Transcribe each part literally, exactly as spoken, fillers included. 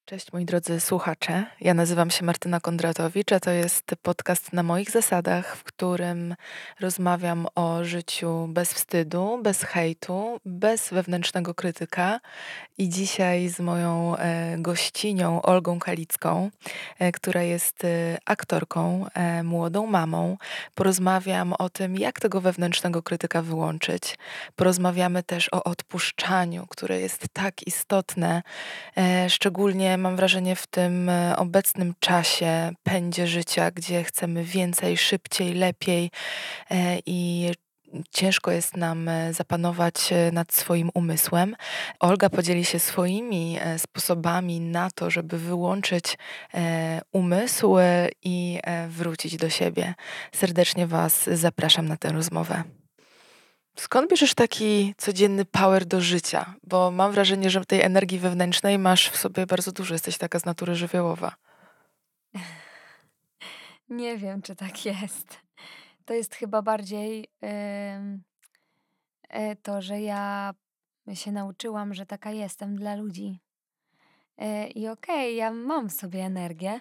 Cześć moi drodzy słuchacze. Ja nazywam się Martyna Kondratowicz, a to jest podcast na moich zasadach, w którym rozmawiam o życiu bez wstydu, bez hejtu, bez wewnętrznego krytyka. I dzisiaj z moją e, gościnią Olgą Kalicką, e, która jest e, aktorką, e, młodą mamą, porozmawiam o tym, jak tego wewnętrznego krytyka wyłączyć. Porozmawiamy też o odpuszczaniu, które jest tak istotne. E, szczególnie mam wrażenie w tym e, obecnym czasie, pędzie życia, gdzie chcemy więcej, szybciej, lepiej e, i ciężko jest nam e, zapanować e, nad swoim umysłem. Olga podzieli się swoimi e, sposobami na to, żeby wyłączyć e, umysł e, i e, wrócić do siebie. Serdecznie Was zapraszam na tę rozmowę. Skąd bierzesz taki codzienny power do życia? Bo mam wrażenie, że tej energii wewnętrznej masz w sobie bardzo dużo. Jesteś taka z natury żywiołowa. Nie wiem, czy tak jest. To jest chyba bardziej, ym, e, to, że ja się nauczyłam, że taka jestem dla ludzi. E, I okej, ja mam w sobie energię,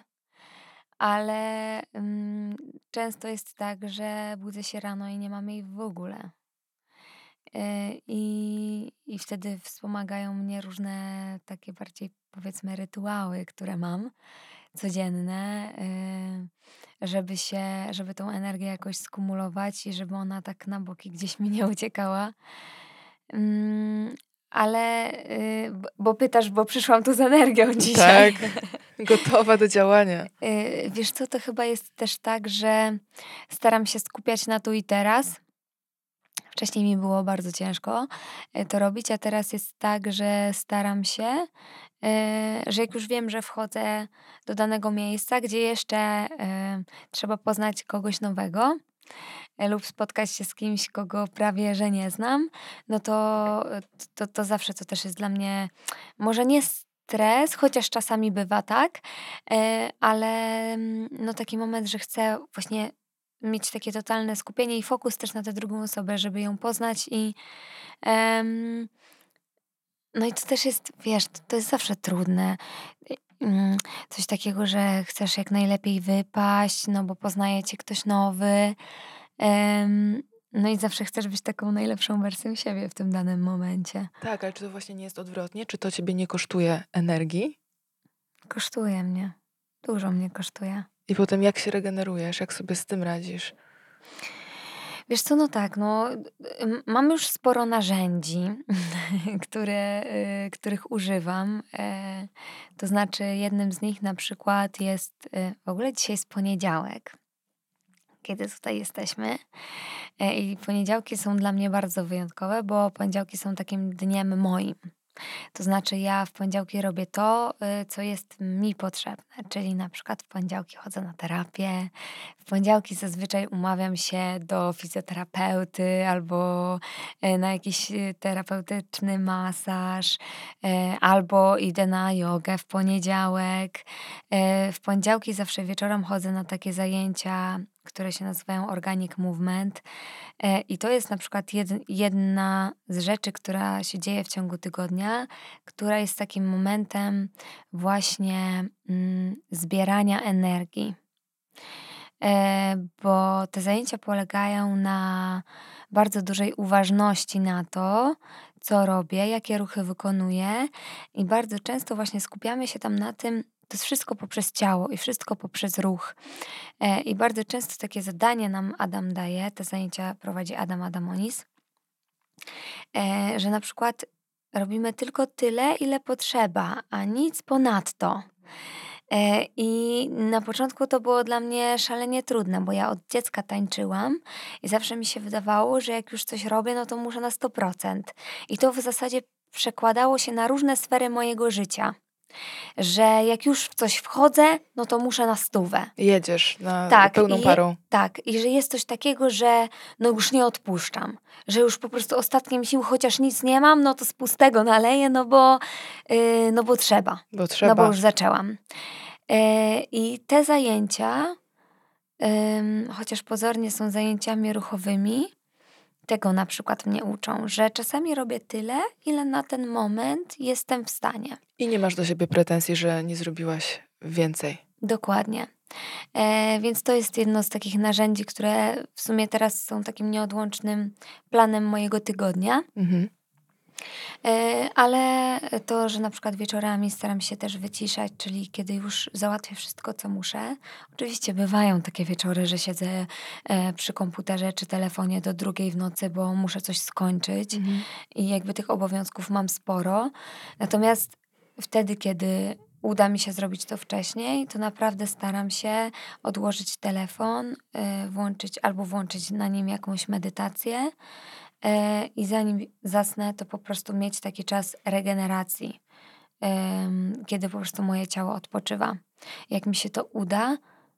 ale, ym, często jest tak, że budzę się rano i nie mam jej w ogóle. E, i i wtedy wspomagają mnie różne takie bardziej, powiedzmy, rytuały, które mam codzienne, y, żeby się żeby tą energię jakoś skumulować i żeby ona tak na boki gdzieś mi nie uciekała. Hm, ale, y, b bo pytasz, bo przyszłam tu z energią dzisiaj. Tak, gotowa do działania. Y, wiesz co, to chyba jest też tak, że staram się skupiać na tu i teraz. Wcześniej mi było bardzo ciężko, y, to robić, a teraz jest tak, że staram się, y, że jak już wiem, że wchodzę do danego miejsca, gdzie jeszcze, y, trzeba poznać kogoś nowego, y, lub spotkać się z kimś, kogo prawie że nie znam, no to, y, to to zawsze to też jest dla mnie może nie stres, chociaż czasami bywa tak, y, ale, mm, no taki moment, że chcę właśnie mieć takie totalne skupienie i fokus też na tę drugą osobę, żeby ją poznać i, em, no i to też jest, wiesz, to to jest zawsze trudne. Y, mm, coś takiego, że chcesz jak najlepiej wypaść, no bo poznaje cię ktoś nowy, em, no i zawsze chcesz być taką najlepszą wersją siebie w tym danym momencie. Tak, ale czy to właśnie nie jest odwrotnie? Czy to ciebie nie kosztuje energii? Kosztuje mnie. Dużo mnie kosztuje. I potem jak się regenerujesz? Jak sobie z tym radzisz? Wiesz co, no tak, no, m mam już sporo narzędzi, które, y, których używam. E, to znaczy jednym z nich na przykład jest, y, w ogóle dzisiaj jest poniedziałek, kiedy tutaj jesteśmy. E, I poniedziałki są dla mnie bardzo wyjątkowe, bo poniedziałki są takim dniem moim. To znaczy ja w poniedziałki robię to, y, co jest mi potrzebne, czyli na przykład w poniedziałki chodzę na terapię, w poniedziałki zazwyczaj umawiam się do fizjoterapeuty albo, y, na jakiś, y, terapeutyczny masaż, y, albo idę na jogę w poniedziałek. Y, w poniedziałki zawsze wieczorem chodzę na takie zajęcia, które się nazywają Organic Movement. E, I to jest na przykład jed jedna z rzeczy, która się dzieje w ciągu tygodnia, która jest takim momentem właśnie, mm, zbierania energii. E, bo te zajęcia polegają na bardzo dużej uważności na to, co robię, jakie ruchy wykonuję i bardzo często właśnie skupiamy się tam na tym, to jest wszystko poprzez ciało i wszystko poprzez ruch. E, I bardzo często takie zadanie nam Adam daje, te zajęcia prowadzi Adam Adamonis, e, że na przykład robimy tylko tyle, ile potrzeba, a nic ponadto. E, I na początku to było dla mnie szalenie trudne, bo ja od dziecka tańczyłam i zawsze mi się wydawało, że jak już coś robię, no to muszę na sto procent. I to w zasadzie przekładało się na różne sfery mojego życia, że jak już w coś wchodzę, no to muszę na stówę. Jedziesz na Tak, pełną i je parą. tak, i że jest coś takiego, że no już nie odpuszczam, że już po prostu ostatkiem sił, chociaż nic nie mam, no to z pustego naleję, no bo, yy, no bo trzeba, Bo no bo trzeba. już zaczęłam. Yy, I te zajęcia, ym, chociaż pozornie są zajęciami ruchowymi, Tego na przykład mnie uczą, że czasami robię tyle, ile na ten moment jestem w stanie. I nie masz do siebie pretensji, że nie zrobiłaś więcej. Dokładnie. E, więc to jest jedno z takich narzędzi, które w sumie teraz są takim nieodłącznym planem mojego tygodnia. Mhm. E, ale to, że na przykład wieczorami staram się też wyciszać, czyli kiedy już załatwię wszystko, co muszę. Oczywiście bywają takie wieczory, że siedzę e, przy komputerze czy telefonie do drugiej w nocy, bo muszę coś skończyć Mhm. i jakby tych obowiązków mam sporo. Natomiast wtedy, kiedy uda mi się zrobić to wcześniej, to naprawdę staram się odłożyć telefon, e, włączyć albo włączyć na nim jakąś medytację. E, I zanim zasnę, to po prostu mieć taki czas regeneracji, em, kiedy po prostu moje ciało odpoczywa. Jak mi się to uda,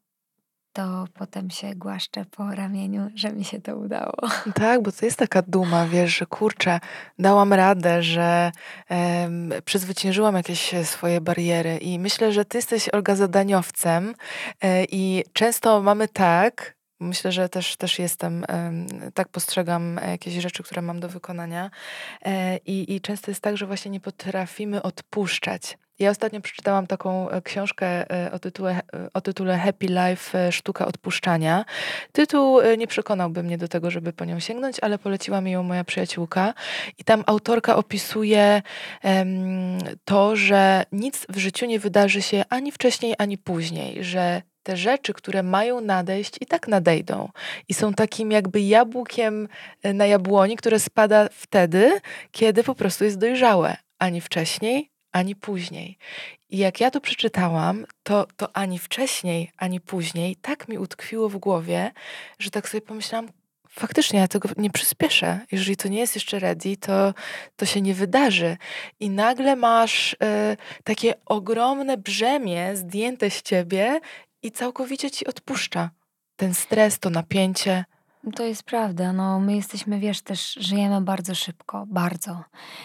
to potem się głaszczę po ramieniu, że mi się to udało. Tak, bo to jest taka duma, wiesz, że kurczę, dałam radę, że em, przezwyciężyłam jakieś e, swoje bariery i myślę, że ty jesteś Olga zadaniowcem e, i często mamy tak, myślę, że też, też jestem, em, tak postrzegam e, jakieś rzeczy, które mam do wykonania e, i, i często jest tak, że właśnie nie potrafimy odpuszczać. Ja ostatnio przeczytałam taką e, książkę e, o tytule, e, o tytule Happy Life, e, Sztuka odpuszczania. Tytuł e, nie przekonałby mnie do tego, żeby po nią sięgnąć, ale poleciła mi ją moja przyjaciółka i tam autorka opisuje em, to, że nic w życiu nie wydarzy się ani wcześniej, ani później, że te rzeczy, które mają nadejść, i tak nadejdą. I są takim jakby jabłkiem e, na jabłoni, które spada wtedy, kiedy po prostu jest dojrzałe. Ani wcześniej, ani później. I jak ja to przeczytałam, to, to ani wcześniej, ani później tak mi utkwiło w głowie, że tak sobie pomyślałam, faktycznie ja tego nie przyspieszę. Jeżeli to nie jest jeszcze ready, to, to się nie wydarzy. I nagle masz e, takie ogromne brzemię zdjęte z ciebie i całkowicie ci odpuszcza. Ten stres, to napięcie. To jest prawda. No, my jesteśmy, wiesz, też żyjemy bardzo szybko, bardzo.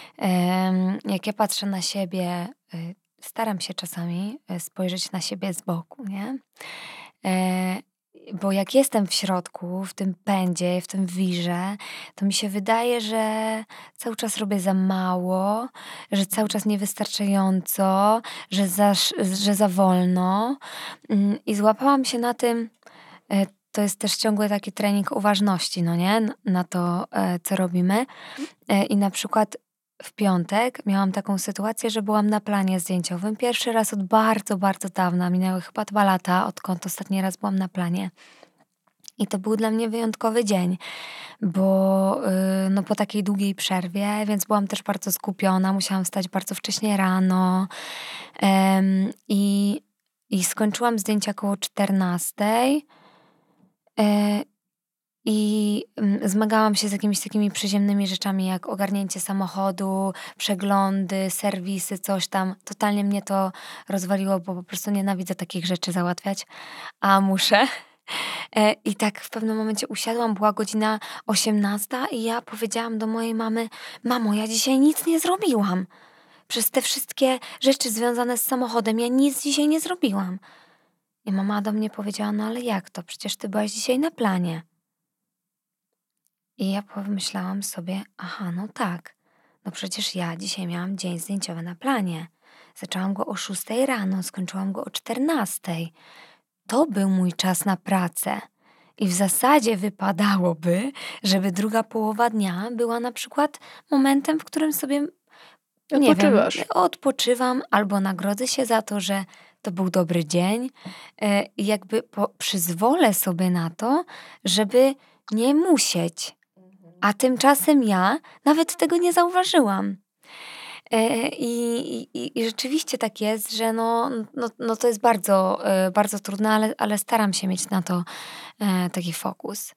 Em, jak ja patrzę na siebie, y, staram się czasami y, spojrzeć na siebie z boku, nie? E, bo jak jestem w środku, w tym pędzie, w tym wirze, to mi się wydaje, że cały czas robię za mało, że cały czas niewystarczająco, że za, sz- że za wolno. Mm, I złapałam się na tym, e, to jest też ciągły taki trening uważności, no nie? N- Na to, e, co robimy. E, I na przykład w piątek miałam taką sytuację, że byłam na planie zdjęciowym. Pierwszy raz od bardzo, bardzo dawna. Minęły chyba dwa lata, odkąd ostatni raz byłam na planie. I to był dla mnie wyjątkowy dzień, bo y, no, po takiej długiej przerwie, więc byłam też bardzo skupiona. Musiałam wstać bardzo wcześnie rano. Em, i, I skończyłam zdjęcia koło czternastej. E, I mm, zmagałam się z jakimiś takimi przyziemnymi rzeczami, jak ogarnięcie samochodu, przeglądy, serwisy, coś tam. Totalnie mnie to rozwaliło, bo po prostu nienawidzę takich rzeczy załatwiać, a muszę. E, I tak w pewnym momencie usiadłam, była godzina osiemnasta i ja powiedziałam do mojej mamy: Mamo, ja dzisiaj nic nie zrobiłam. Przez te wszystkie rzeczy związane z samochodem, ja nic dzisiaj nie zrobiłam. I mama do mnie powiedziała: No ale jak to? Przecież ty byłaś dzisiaj na planie. I ja pomyślałam sobie, aha, no tak, no przecież ja dzisiaj miałam dzień zdjęciowy na planie. Zaczęłam go o szóstej rano, skończyłam go o czternastej. To był mój czas na pracę. I w zasadzie wypadałoby, żeby druga połowa dnia była na przykład momentem, w którym sobie, nie wiem, Odpoczywasz. odpoczywam albo nagrodzę się za to, że to był dobry dzień. E, I jakby po, przyzwolę sobie na to, żeby nie musieć. A tymczasem ja nawet tego nie zauważyłam. E, I, i, I rzeczywiście tak jest, że no, no, no to jest bardzo, e, bardzo trudne, ale, ale staram się mieć na to e, taki fokus.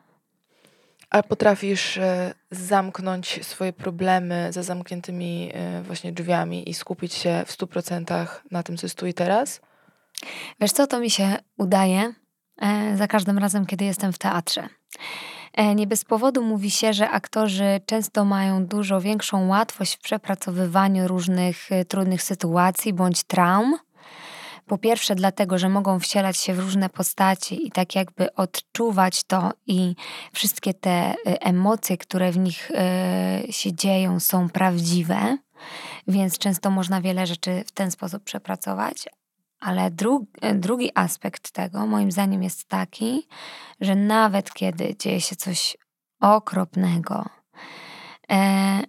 A potrafisz e, zamknąć swoje problemy za zamkniętymi e, właśnie drzwiami i skupić się w stu procentach na tym, co jest tu i teraz? Wiesz co, to mi się udaje e, za każdym razem, kiedy jestem w teatrze. E, Nie bez powodu mówi się, że aktorzy często mają dużo większą łatwość w przepracowywaniu różnych e, trudnych sytuacji bądź traum, Po pierwsze dlatego, że mogą wcielać się w różne postaci i tak jakby odczuwać to i wszystkie te y, emocje, które w nich y, się dzieją, są prawdziwe, więc często można wiele rzeczy w ten sposób przepracować. Ale dru- drugi aspekt tego moim zdaniem jest taki, że nawet kiedy dzieje się coś okropnego e,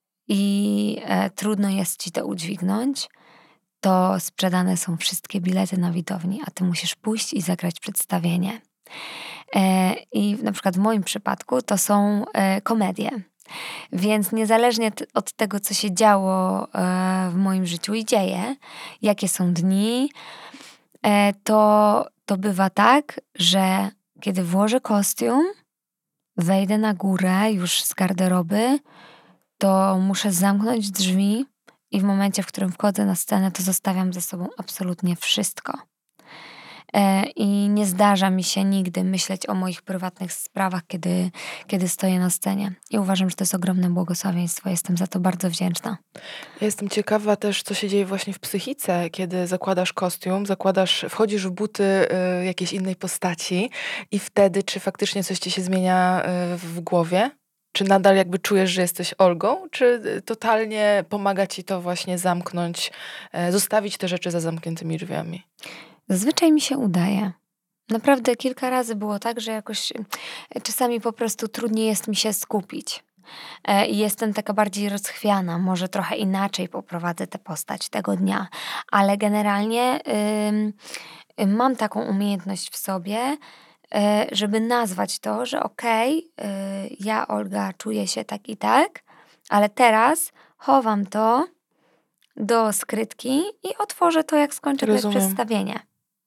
i e, trudno jest ci to udźwignąć, to sprzedane są wszystkie bilety na widowni, a ty musisz pójść i zagrać przedstawienie. E, I na przykład w moim przypadku to są e, komedie. Więc niezależnie t- od tego, co się działo e, w moim życiu i dzieje, jakie są dni, e, to, to bywa tak, że kiedy włożę kostium, wejdę na górę już z garderoby, to muszę zamknąć drzwi i w momencie, w którym wchodzę na scenę, to zostawiam za sobą absolutnie wszystko. E, I nie zdarza mi się nigdy myśleć o moich prywatnych sprawach, kiedy, kiedy stoję na scenie. I uważam, że to jest ogromne błogosławieństwo. Jestem za to bardzo wdzięczna. Ja jestem ciekawa też, co się dzieje właśnie w psychice, kiedy zakładasz kostium, zakładasz, wchodzisz w buty y, jakiejś innej postaci i wtedy, czy faktycznie coś ci się zmienia y, w głowie? Czy nadal jakby czujesz, że jesteś Olgą, czy y, totalnie pomaga ci to właśnie zamknąć, y, zostawić te rzeczy za zamkniętymi drzwiami? Zazwyczaj mi się udaje. Naprawdę kilka razy było tak, że jakoś e, czasami po prostu trudniej jest mi się skupić. E, I jestem taka bardziej rozchwiana, może trochę inaczej poprowadzę tę postać tego dnia, ale generalnie ym, ym, mam taką umiejętność w sobie, e, żeby nazwać to, że okej, y, ja Olga czuję się tak i tak, ale teraz chowam to do skrytki i otworzę to, jak skończę grać Rozumiem. przedstawienie.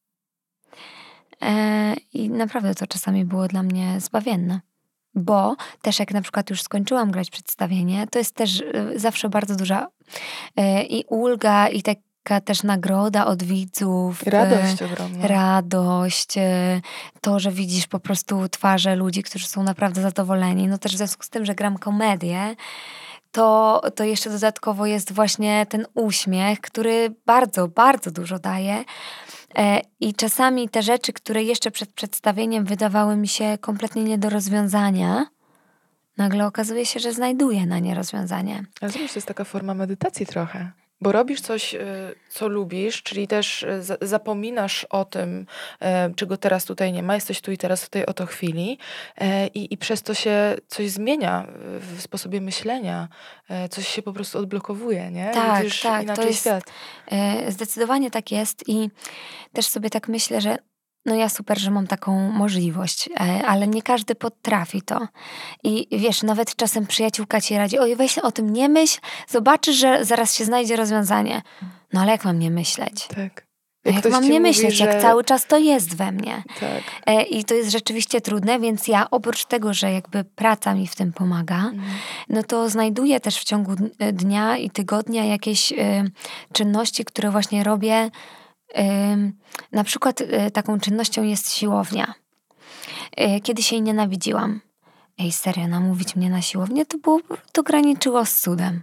E, I naprawdę to czasami było dla mnie zbawienne. Bo też jak na przykład już skończyłam grać przedstawienie, to jest też y, zawsze bardzo duża y, i ulga, i taka też nagroda od widzów. y, Radość ogromna. Radość, y, to, że widzisz po prostu twarze ludzi, którzy są naprawdę zadowoleni. No też w związku z tym, że gram komedię, to, to jeszcze dodatkowo jest właśnie ten uśmiech, który bardzo, bardzo dużo daje. E, I czasami te rzeczy, które jeszcze przed przedstawieniem wydawały mi się kompletnie nie do rozwiązania, nagle okazuje się, że znajduję na nie rozwiązanie. Ale zobacz, to jest taka forma medytacji trochę. Bo robisz coś, y, co lubisz, czyli też y, za- zapominasz o tym, e, czego teraz tutaj nie ma, jesteś tu i teraz w tej oto chwili e, i, i przez to się coś zmienia y, w sposobie myślenia, e, coś się po prostu odblokowuje, nie? Tak, Widzisz tak, to inaczej jest świat. e, zdecydowanie tak jest i też sobie tak myślę, że no ja super, że mam taką możliwość, e, ale nie każdy potrafi to. I wiesz, nawet czasem przyjaciółka ci radzi, oj, weź o tym nie myśl, zobaczysz, że zaraz się znajdzie rozwiązanie. No ale jak mam nie myśleć? Tak. No jak ktoś mam ci nie mówi, myśleć, jak że... cały czas to jest we mnie. Tak. E, I to jest rzeczywiście trudne, więc ja oprócz tego, że jakby praca mi w tym pomaga, Mhm. no to znajduję też w ciągu dn- dnia i tygodnia jakieś y, czynności, które właśnie robię. Ym, na przykład y, taką czynnością jest siłownia. Y, Kiedyś jej nienawidziłam. Ej, serio, namówić mnie na siłownię to było, to graniczyło z cudem.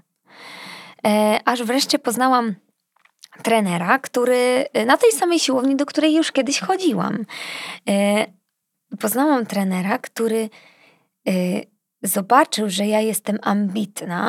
E, aż wreszcie poznałam trenera, który y, na tej samej siłowni, do której już kiedyś chodziłam. E, Poznałam trenera, który y, zobaczył, że ja jestem ambitna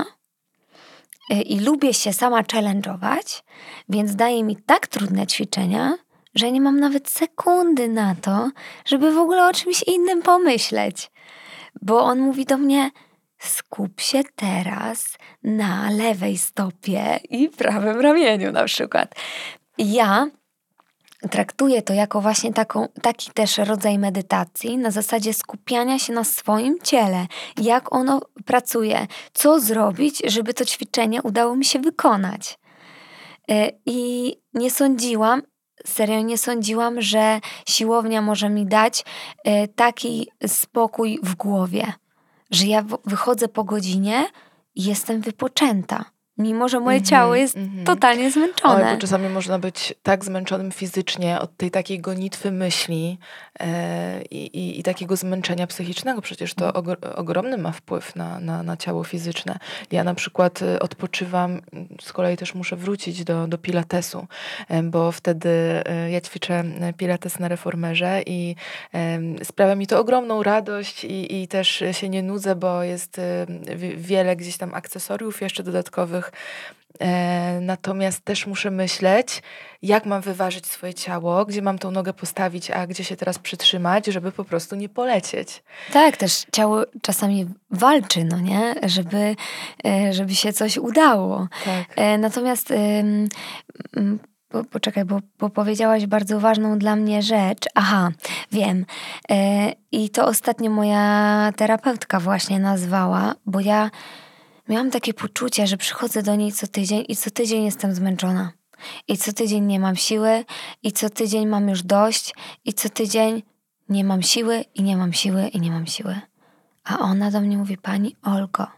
y, i lubię się sama challenge'ować, więc daje mi tak trudne ćwiczenia, że nie mam nawet sekundy na to, żeby w ogóle o czymś innym pomyśleć. Bo on mówi do mnie, skup się teraz na lewej stopie i prawym ramieniu na przykład. I ja traktuję to jako właśnie taką, taki też rodzaj medytacji na zasadzie skupiania się na swoim ciele, jak ono pracuje, co zrobić, żeby to ćwiczenie udało mi się wykonać. E, I nie sądziłam, serio nie sądziłam, że siłownia może mi dać e, taki spokój w głowie, że ja w- wychodzę po godzinie i jestem wypoczęta. Mimo, że moje ciało jest mhm. totalnie Oj, zmęczone. bo czasami można być tak zmęczonym fizycznie od tej takiej gonitwy myśli e, i, i, i takiego zmęczenia psychicznego. Przecież to ogr- ogromny ma wpływ na, na, na ciało fizyczne. Ja na przykład e, odpoczywam, z kolei też muszę wrócić do, do pilatesu, e, bo wtedy e, ja ćwiczę e, pilates na reformerze i e, sprawia mi to ogromną radość i, i też się nie nudzę, bo jest e, wi- wiele gdzieś tam akcesoriów jeszcze dodatkowych. E, natomiast też muszę myśleć, jak mam wyważyć swoje ciało, gdzie mam tą nogę postawić, a gdzie się teraz przytrzymać, żeby po prostu nie polecieć. Tak, też ciało czasami walczy, no nie? Żeby, e, żeby się coś udało. Tak. E, Natomiast ym, ym, po, poczekaj, bo, bo powiedziałaś bardzo ważną dla mnie rzecz. Aha, wiem. E, I to ostatnio moja terapeutka właśnie nazwała, bo ja miałam takie poczucie, że przychodzę do niej co tydzień i co tydzień jestem zmęczona. I co tydzień nie mam siły, i co tydzień mam już dość, i co tydzień nie mam siły, i nie mam siły, i nie mam siły. A ona do mnie mówi, pani Olgo,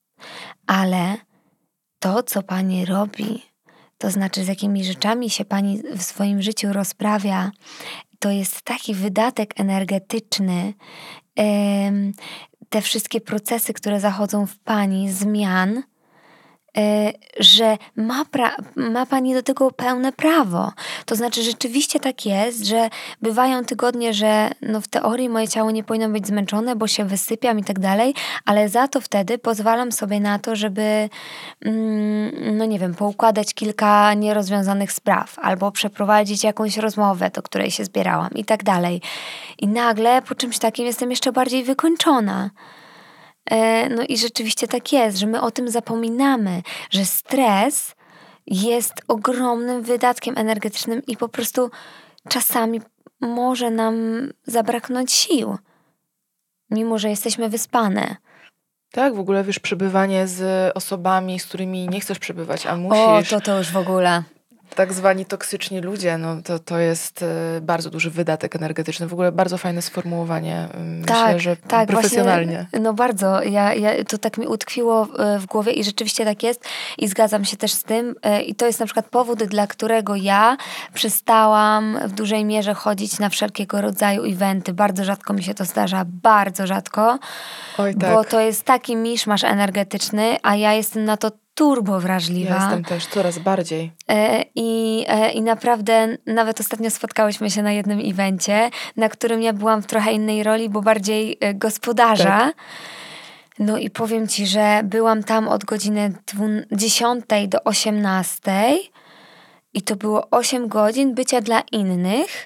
ale to, co pani robi, to znaczy z jakimi rzeczami się pani w swoim życiu rozprawia, to jest taki wydatek energetyczny, em, te wszystkie procesy, które zachodzą w pani, zmian, e, że ma, pra- ma pani do tego pełne prawo. To znaczy rzeczywiście tak jest, że bywają tygodnie, że no w teorii moje ciało nie powinno być zmęczone, bo się wysypiam i tak dalej, ale za to wtedy pozwalam sobie na to, żeby mm, no nie wiem, poukładać kilka nierozwiązanych spraw albo przeprowadzić jakąś rozmowę, do której się zbierałam i tak dalej. I nagle po czymś takim jestem jeszcze bardziej wykończona. E, No i rzeczywiście tak jest, że my o tym zapominamy, że stres jest ogromnym wydatkiem energetycznym i po prostu czasami może nam zabraknąć sił, mimo że jesteśmy wyspane. Tak, w ogóle wiesz, przebywanie z osobami, z którymi nie chcesz przebywać, a O, musisz. to to już w ogóle. Tak zwani toksyczni ludzie, no to, to jest e, bardzo duży wydatek energetyczny. W ogóle bardzo fajne sformułowanie. Myślę, Tak, że tak, profesjonalnie. Właśnie, no bardzo. Ja, ja, to tak mi utkwiło w, w głowie i rzeczywiście tak jest i zgadzam się też z tym. E, I to jest na przykład powód, dla którego ja przestałam w dużej mierze chodzić na wszelkiego rodzaju eventy. Bardzo rzadko mi się to zdarza, bardzo rzadko. Oj, tak. Bo to jest taki miszmasz energetyczny, a ja jestem na to turbo wrażliwa. Ja jestem też coraz bardziej. E, I, e, I naprawdę nawet ostatnio spotkałyśmy się na jednym evencie, na którym ja byłam w trochę innej roli, bo bardziej e, gospodarza. Tak. No i powiem ci, że byłam tam od godziny dziesiątej do osiemnastej i to było osiem godzin bycia dla innych.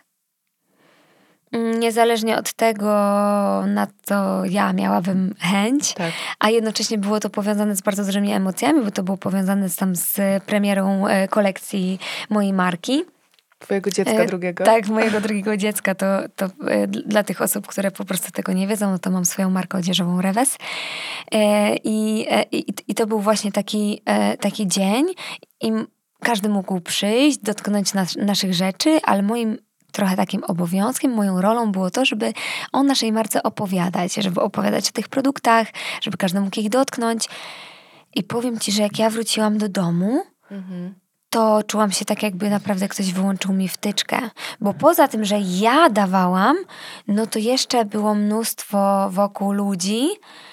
Niezależnie od tego, na co ja miałabym chęć, Tak. a jednocześnie było to powiązane z bardzo dużymi emocjami, bo to było powiązane z, tam z premierą e, kolekcji mojej marki. Twojego dziecka E, drugiego. Tak, mojego drugiego dziecka. To, to e, dla tych osób, które po prostu tego nie wiedzą, no to mam swoją markę odzieżową Rewes. E, i, e, i, I to był właśnie taki, e, taki dzień i każdy mógł przyjść, dotknąć nas, naszych rzeczy, ale moim trochę takim obowiązkiem, moją rolą było to, żeby o naszej marce opowiadać, żeby opowiadać o tych produktach, żeby każdy mógł ich dotknąć. I powiem ci, że jak ja wróciłam do domu, Mhm. to czułam się tak, jakby naprawdę ktoś wyłączył mi wtyczkę. Bo poza tym, że ja dawałam, no to jeszcze było mnóstwo wokół ludzi.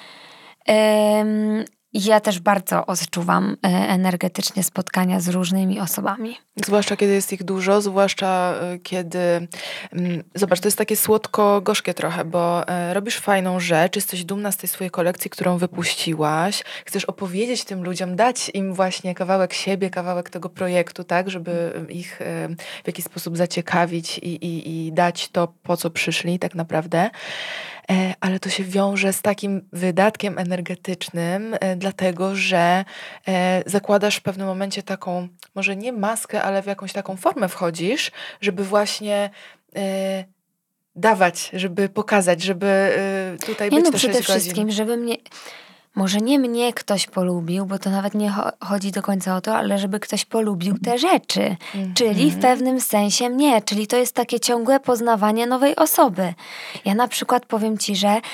Ym, Ja też bardzo odczuwam e, energetycznie spotkania z różnymi osobami. Zwłaszcza kiedy jest ich dużo, zwłaszcza y, kiedy... mm, Zobacz, to jest takie słodko-gorzkie trochę, bo e, robisz fajną rzecz, jesteś dumna z tej swojej kolekcji, którą wypuściłaś, chcesz opowiedzieć tym ludziom, dać im właśnie kawałek siebie, kawałek tego projektu, tak, żeby ich e, w jakiś sposób zaciekawić i, i, i dać to, po co przyszli tak naprawdę. E, Ale to się wiąże z takim wydatkiem energetycznym, e, dlatego że e, zakładasz w pewnym momencie taką, może nie maskę, ale w jakąś taką formę wchodzisz, żeby właśnie e, dawać, żeby pokazać, żeby e, tutaj Nie być no, te przede sześć wszystkim, godzin. żeby mnie... Może nie mnie ktoś polubił, bo to nawet nie cho- chodzi do końca o to, ale żeby ktoś polubił te rzeczy. Czyli w Mhm. pewnym sensie mnie. Czyli to jest takie ciągłe poznawanie nowej osoby. Ja na przykład powiem ci, że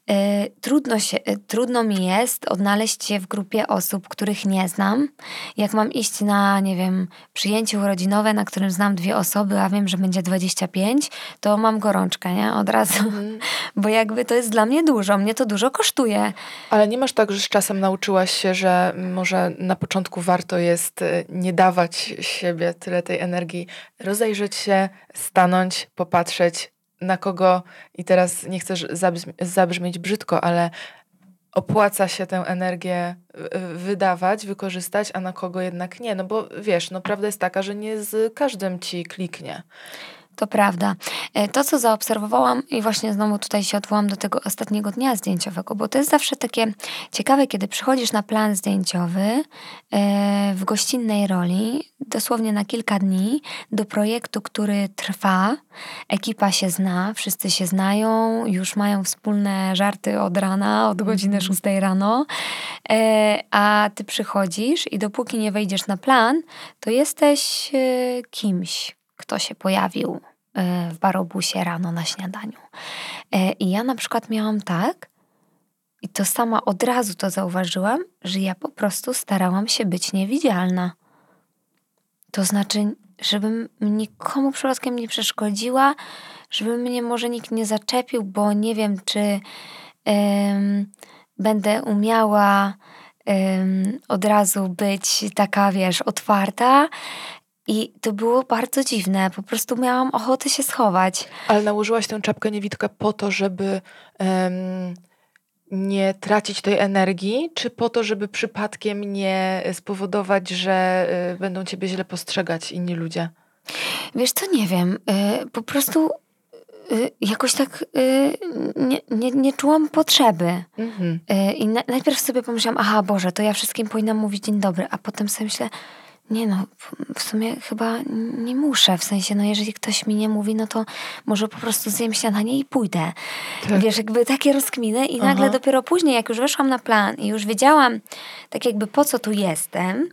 y, trudno, się, y, trudno mi jest odnaleźć się w grupie osób, których nie znam. Jak mam iść na, nie wiem, przyjęcie urodzinowe, na którym znam dwie osoby, a wiem, że będzie dwadzieścia pięć, to mam gorączkę, nie? Od razu. Mhm. Bo jakby to jest dla mnie dużo. Mnie to dużo kosztuje. Ale nie masz tak, że z czasem nauczyłaś się, że może na początku warto jest nie dawać siebie tyle tej energii, rozejrzeć się, stanąć, popatrzeć, na kogo, i teraz nie chcę zabrzmi- zabrzmieć brzydko, ale opłaca się tę energię wydawać, wykorzystać, a na kogo jednak nie. No bo wiesz, no prawda jest taka, że nie z każdym ci kliknie. To prawda. To, co zaobserwowałam, i właśnie znowu tutaj się odwołam do tego ostatniego dnia zdjęciowego, bo to jest zawsze takie ciekawe, kiedy przychodzisz na plan zdjęciowy w gościnnej roli, dosłownie na kilka dni, do projektu, który trwa, ekipa się zna, wszyscy się znają, już mają wspólne żarty od rana, od godziny mm. szóstej rano, a ty przychodzisz i dopóki nie wejdziesz na plan, to jesteś kimś, kto się pojawił w barobusie rano na śniadaniu. I ja na przykład miałam tak, i to sama od razu to zauważyłam, że ja po prostu starałam się być niewidzialna. To znaczy, żebym nikomu przypadkiem nie przeszkodziła, żeby mnie może nikt nie zaczepił, bo nie wiem, czy um, będę umiała um, od razu być taka, wiesz, otwarta. I to było bardzo dziwne. Po prostu miałam ochotę się schować. Ale nałożyłaś tę czapkę niewidkę po to, żeby um, nie tracić tej energii, czy po to, żeby przypadkiem nie spowodować, że y, będą ciebie źle postrzegać inni ludzie? Wiesz co, nie wiem. Y, po prostu y, jakoś tak y, nie, nie, nie czułam potrzeby. Mhm. Y, I na, najpierw sobie pomyślałam, aha Boże, to ja wszystkim powinnam mówić dzień dobry, a potem sobie myślę, nie no, w sumie chyba nie muszę, w sensie, no jeżeli ktoś mi nie mówi, no to może po prostu zjem śniadanie i pójdę. Tak. Wiesz, jakby takie rozkminy i nagle Aha. dopiero później, jak już weszłam na plan i już wiedziałam tak jakby po co tu jestem,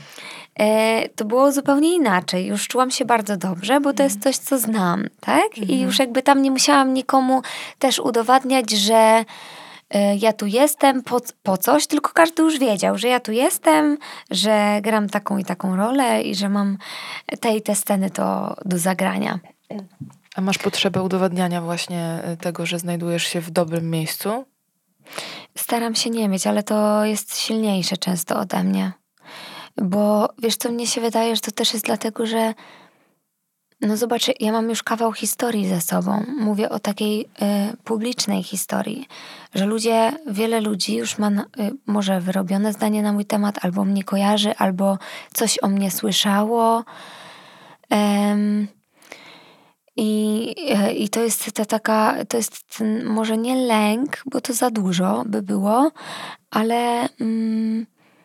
e, to było zupełnie inaczej. Już czułam się bardzo dobrze, bo to jest coś, co znam, tak? Mhm. I już jakby tam nie musiałam nikomu też udowadniać, że ja tu jestem po, po coś, tylko każdy już wiedział, że ja tu jestem, że gram taką i taką rolę i że mam te i te sceny do, do zagrania. A masz potrzebę udowadniania właśnie tego, że znajdujesz się w dobrym miejscu? Staram się nie mieć, ale to jest silniejsze często ode mnie. Bo wiesz co, mnie się wydaje, że to też jest dlatego, że no zobacz, ja mam już kawał historii ze sobą. Mówię o takiej y, publicznej historii, że ludzie, wiele ludzi już ma y, może wyrobione zdanie na mój temat, albo mnie kojarzy, albo coś o mnie słyszało. Ym, i, y, I to jest ta taka, to jest ten, może nie lęk, bo to za dużo by było, ale mm,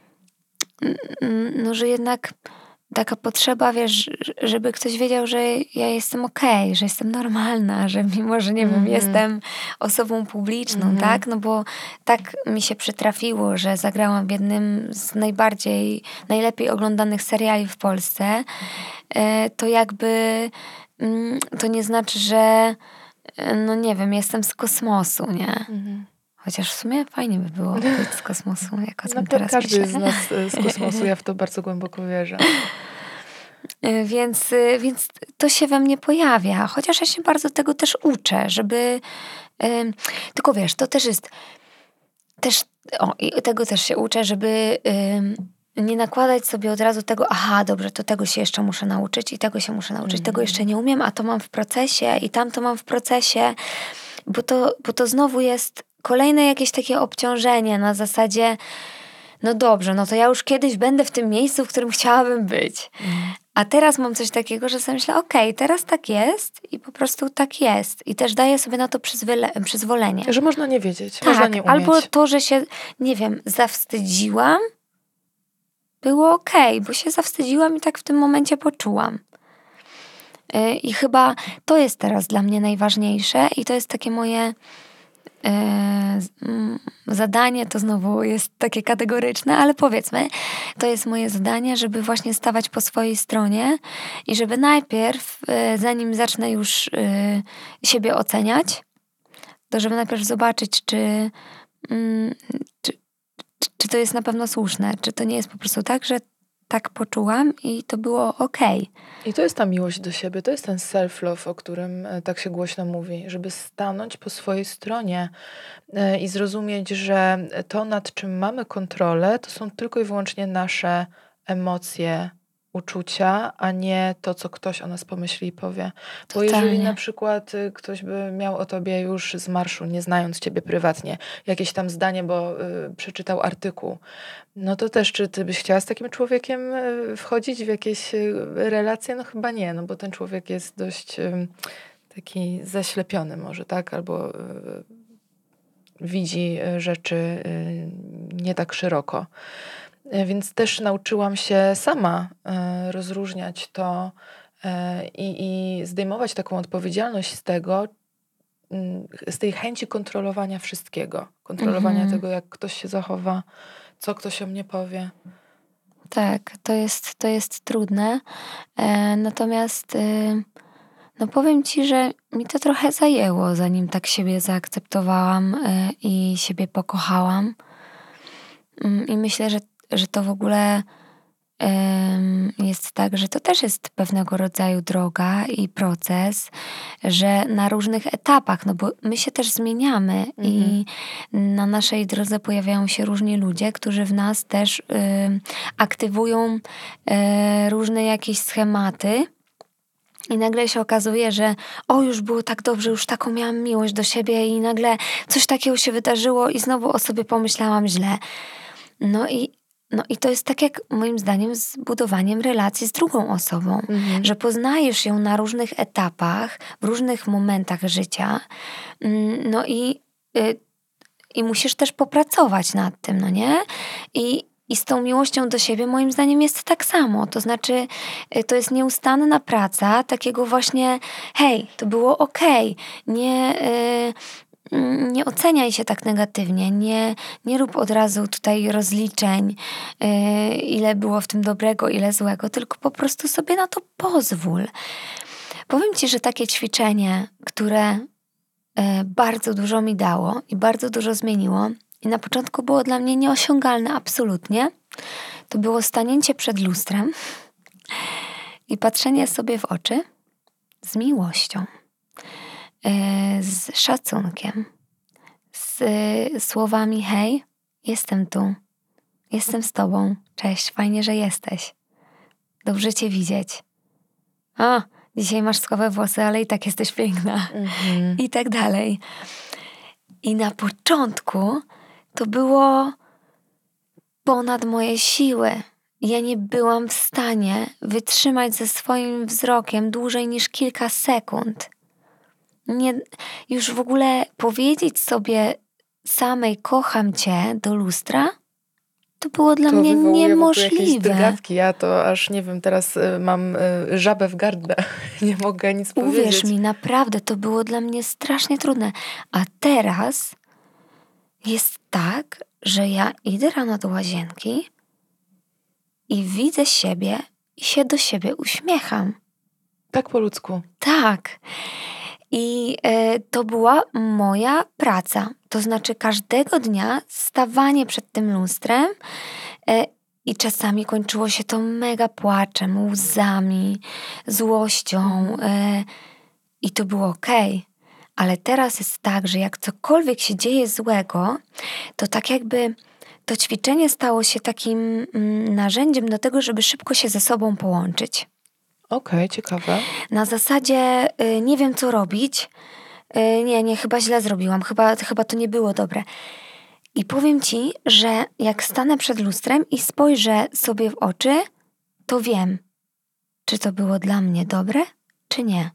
no, że jednak taka potrzeba, wiesz, żeby ktoś wiedział, że ja jestem okej, okay, że jestem normalna, że mimo, że nie mm-hmm. wiem, jestem osobą publiczną, mm-hmm. tak? No bo tak mi się przytrafiło, że zagrałam w jednym z najbardziej, najlepiej oglądanych seriali w Polsce, to jakby to nie znaczy, że no nie wiem, jestem z kosmosu, nie? Mm-hmm. Chociaż w sumie fajnie by było być z kosmosu, jak o tym no, teraz każdy piszę. z nas z kosmosu, ja w to bardzo głęboko wierzę. Więc, więc to się we mnie pojawia, chociaż ja się bardzo tego też uczę, żeby... Ym, tylko wiesz, to też jest... też o, i tego też się uczę, żeby ym, nie nakładać sobie od razu tego, aha, dobrze, to tego się jeszcze muszę nauczyć i tego się muszę nauczyć, mm. tego jeszcze nie umiem, a to mam w procesie i tamto mam w procesie, bo to, bo to znowu jest kolejne jakieś takie obciążenie na zasadzie, no dobrze, no to ja już kiedyś będę w tym miejscu, w którym chciałabym być. Mm. A teraz mam coś takiego, że sobie myślę, okej, okay, teraz tak jest i po prostu tak jest. I też daję sobie na to przyzwyle- przyzwolenie. Że można nie wiedzieć, tak, można nie umieć. Albo to, że się, nie wiem, zawstydziłam, było okej, okay, bo się zawstydziłam i tak w tym momencie poczułam. Yy, I chyba to jest teraz dla mnie najważniejsze i to jest takie moje zadanie, to znowu jest takie kategoryczne, ale powiedzmy, to jest moje zadanie, żeby właśnie stawać po swojej stronie i żeby najpierw, zanim zacznę już siebie oceniać, to żeby najpierw zobaczyć, czy, mm, czy, czy, czy to jest na pewno słuszne, czy to nie jest po prostu tak, że tak poczułam i to było okej. I to jest ta miłość do siebie, to jest ten self-love, o którym e, tak się głośno mówi, żeby stanąć po swojej stronie e, i zrozumieć, że to, nad czym mamy kontrolę, to są tylko i wyłącznie nasze emocje, uczucia, a nie to, co ktoś o nas pomyśli i powie. Bo jeżeli na Totalnie. przykład y, ktoś by miał o tobie już z marszu, nie znając ciebie prywatnie, jakieś tam zdanie, bo y, przeczytał artykuł, no to też, czy ty byś chciała z takim człowiekiem y, wchodzić w jakieś y, relacje? No chyba nie, no bo ten człowiek jest dość ym, taki zaślepiony może, tak? Albo y, widzi y, rzeczy y, nie tak szeroko. E, Więc też nauczyłam się sama e, rozróżniać to e, i, i zdejmować taką odpowiedzialność z tego, mm, z tej chęci kontrolowania wszystkiego. Kontrolowania Mhm. tego, jak ktoś się zachowa, co ktoś o mnie powie. Tak, to jest, to jest trudne. E, natomiast y, no powiem ci, że mi to trochę zajęło, zanim tak siebie zaakceptowałam e, i siebie pokochałam. Mm, I myślę, że, że to w ogóle em, jest tak, że to też jest pewnego rodzaju droga i proces, że na różnych etapach, no bo my się też zmieniamy Mhm. i na naszej drodze pojawiają się różni ludzie, którzy w nas też ym, aktywują e, różne jakieś schematy. I nagle się okazuje, że o, już było tak dobrze, już taką miałam miłość do siebie i nagle coś takiego się wydarzyło i znowu o sobie pomyślałam źle. No i, no i to jest tak jak moim zdaniem z budowaniem relacji z drugą osobą, Mhm. że poznajesz ją na różnych etapach, w różnych momentach życia. Mm, No i, y, i musisz też popracować nad tym, no nie? I, i z tą miłością do siebie moim zdaniem jest tak samo. To znaczy, y, to jest nieustanna praca takiego właśnie, hej, to było okej. Nie, y, mm, nie oceniaj się tak negatywnie. Nie, nie rób od razu tutaj rozliczeń, y, ile było w tym dobrego, ile złego, tylko po prostu sobie na to pozwól. Powiem ci, że takie ćwiczenie, które e, bardzo dużo mi dało i bardzo dużo zmieniło. I na początku było dla mnie nieosiągalne absolutnie. To było stanięcie przed lustrem i patrzenie sobie w oczy z miłością, e, z szacunkiem, z e, słowami: hej, jestem tu, jestem z tobą, cześć, fajnie, że jesteś, dobrze cię widzieć. A, dzisiaj masz skłowe włosy, ale i tak jesteś piękna. Mhm. I tak dalej. I na początku to było ponad moje siły. Ja nie byłam w stanie wytrzymać ze swoim wzrokiem dłużej niż kilka sekund. Nie, już w ogóle powiedzieć sobie samej kocham cię do lustra, to było dla To mnie wywołuje wokół jakieś niemożliwe. drgawki. Ja to aż nie wiem, teraz y, mam y, żabę w gardle. Nie mogę nic Uwierz powiedzieć. mi, naprawdę to było dla mnie strasznie trudne. A teraz jest tak, że ja idę rano do łazienki i widzę siebie i się do siebie uśmiecham. Tak po ludzku. Tak. I e, to była moja praca. To znaczy każdego dnia stawanie przed tym lustrem e, i czasami kończyło się to mega płaczem, łzami, złością e, i to było okej. Ale teraz jest tak, że jak cokolwiek się dzieje złego, to tak jakby to ćwiczenie stało się takim mm, narzędziem do tego, żeby szybko się ze sobą połączyć. Okej, ciekawe. Na zasadzie y, nie wiem, co robić. Y, nie, nie, chyba źle zrobiłam. Chyba, chyba to nie było dobre. I powiem ci, że jak stanę przed lustrem i spojrzę sobie w oczy, to wiem, czy to było dla mnie dobre, czy nie.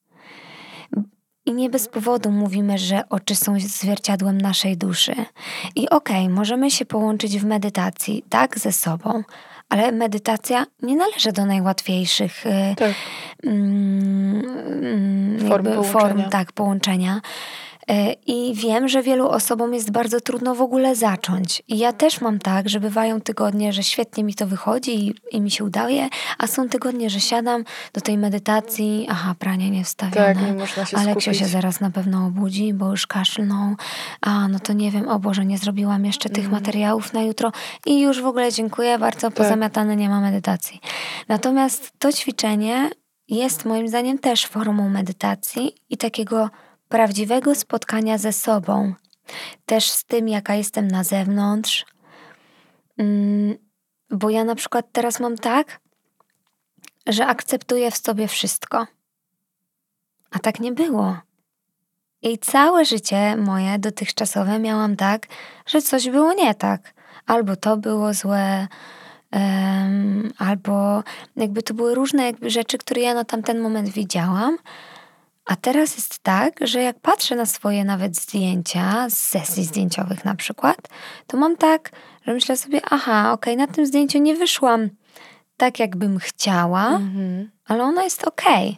I nie bez powodu mówimy, że oczy są zwierciadłem naszej duszy. I okej, możemy się połączyć w medytacji, tak, ze sobą, ale medytacja nie należy do najłatwiejszych y, Tak. mm, Form jakby połączenia. form tak, połączenia. I wiem, że wielu osobom jest bardzo trudno w ogóle zacząć. I ja też mam tak, że bywają tygodnie, że świetnie mi to wychodzi i, i mi się udaje, a są tygodnie, że siadam do tej medytacji, aha, pranie nie wstawione, Tak, nie można się Aleksio skupić. się zaraz na pewno obudzi, bo już kaszlnął, a no to nie wiem, o Boże, nie zrobiłam jeszcze tych Mhm. materiałów na jutro i już w ogóle dziękuję bardzo, Tak. pozamiatane, nie ma medytacji. Natomiast to ćwiczenie jest moim zdaniem też formą medytacji i takiego prawdziwego spotkania ze sobą. Też z tym, jaka jestem na zewnątrz. Mm, bo ja na przykład teraz mam tak, że akceptuję w sobie wszystko. A tak nie było. I całe życie moje dotychczasowe miałam tak, że coś było nie tak. Albo to było złe, um, albo jakby to były różne jakby rzeczy, które ja na tamten moment widziałam. A teraz jest tak, że jak patrzę na swoje nawet zdjęcia z sesji zdjęciowych na przykład, to mam tak, że myślę sobie, aha, okej, na tym zdjęciu nie wyszłam tak, jakbym chciała, Mhm. ale ono jest okej.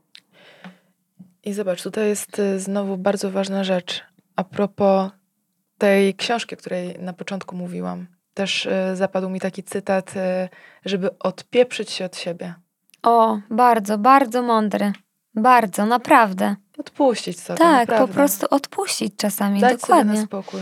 I zobacz, tutaj jest y, znowu bardzo ważna rzecz. A propos tej książki, o której na początku mówiłam. Też y, zapadł mi taki cytat, y, żeby odpieprzyć się od siebie. O, bardzo, bardzo mądry. Bardzo, naprawdę. Odpuścić sobie, Tak, naprawdę. po prostu odpuścić czasami, Dać sobie na dokładnie. spokój.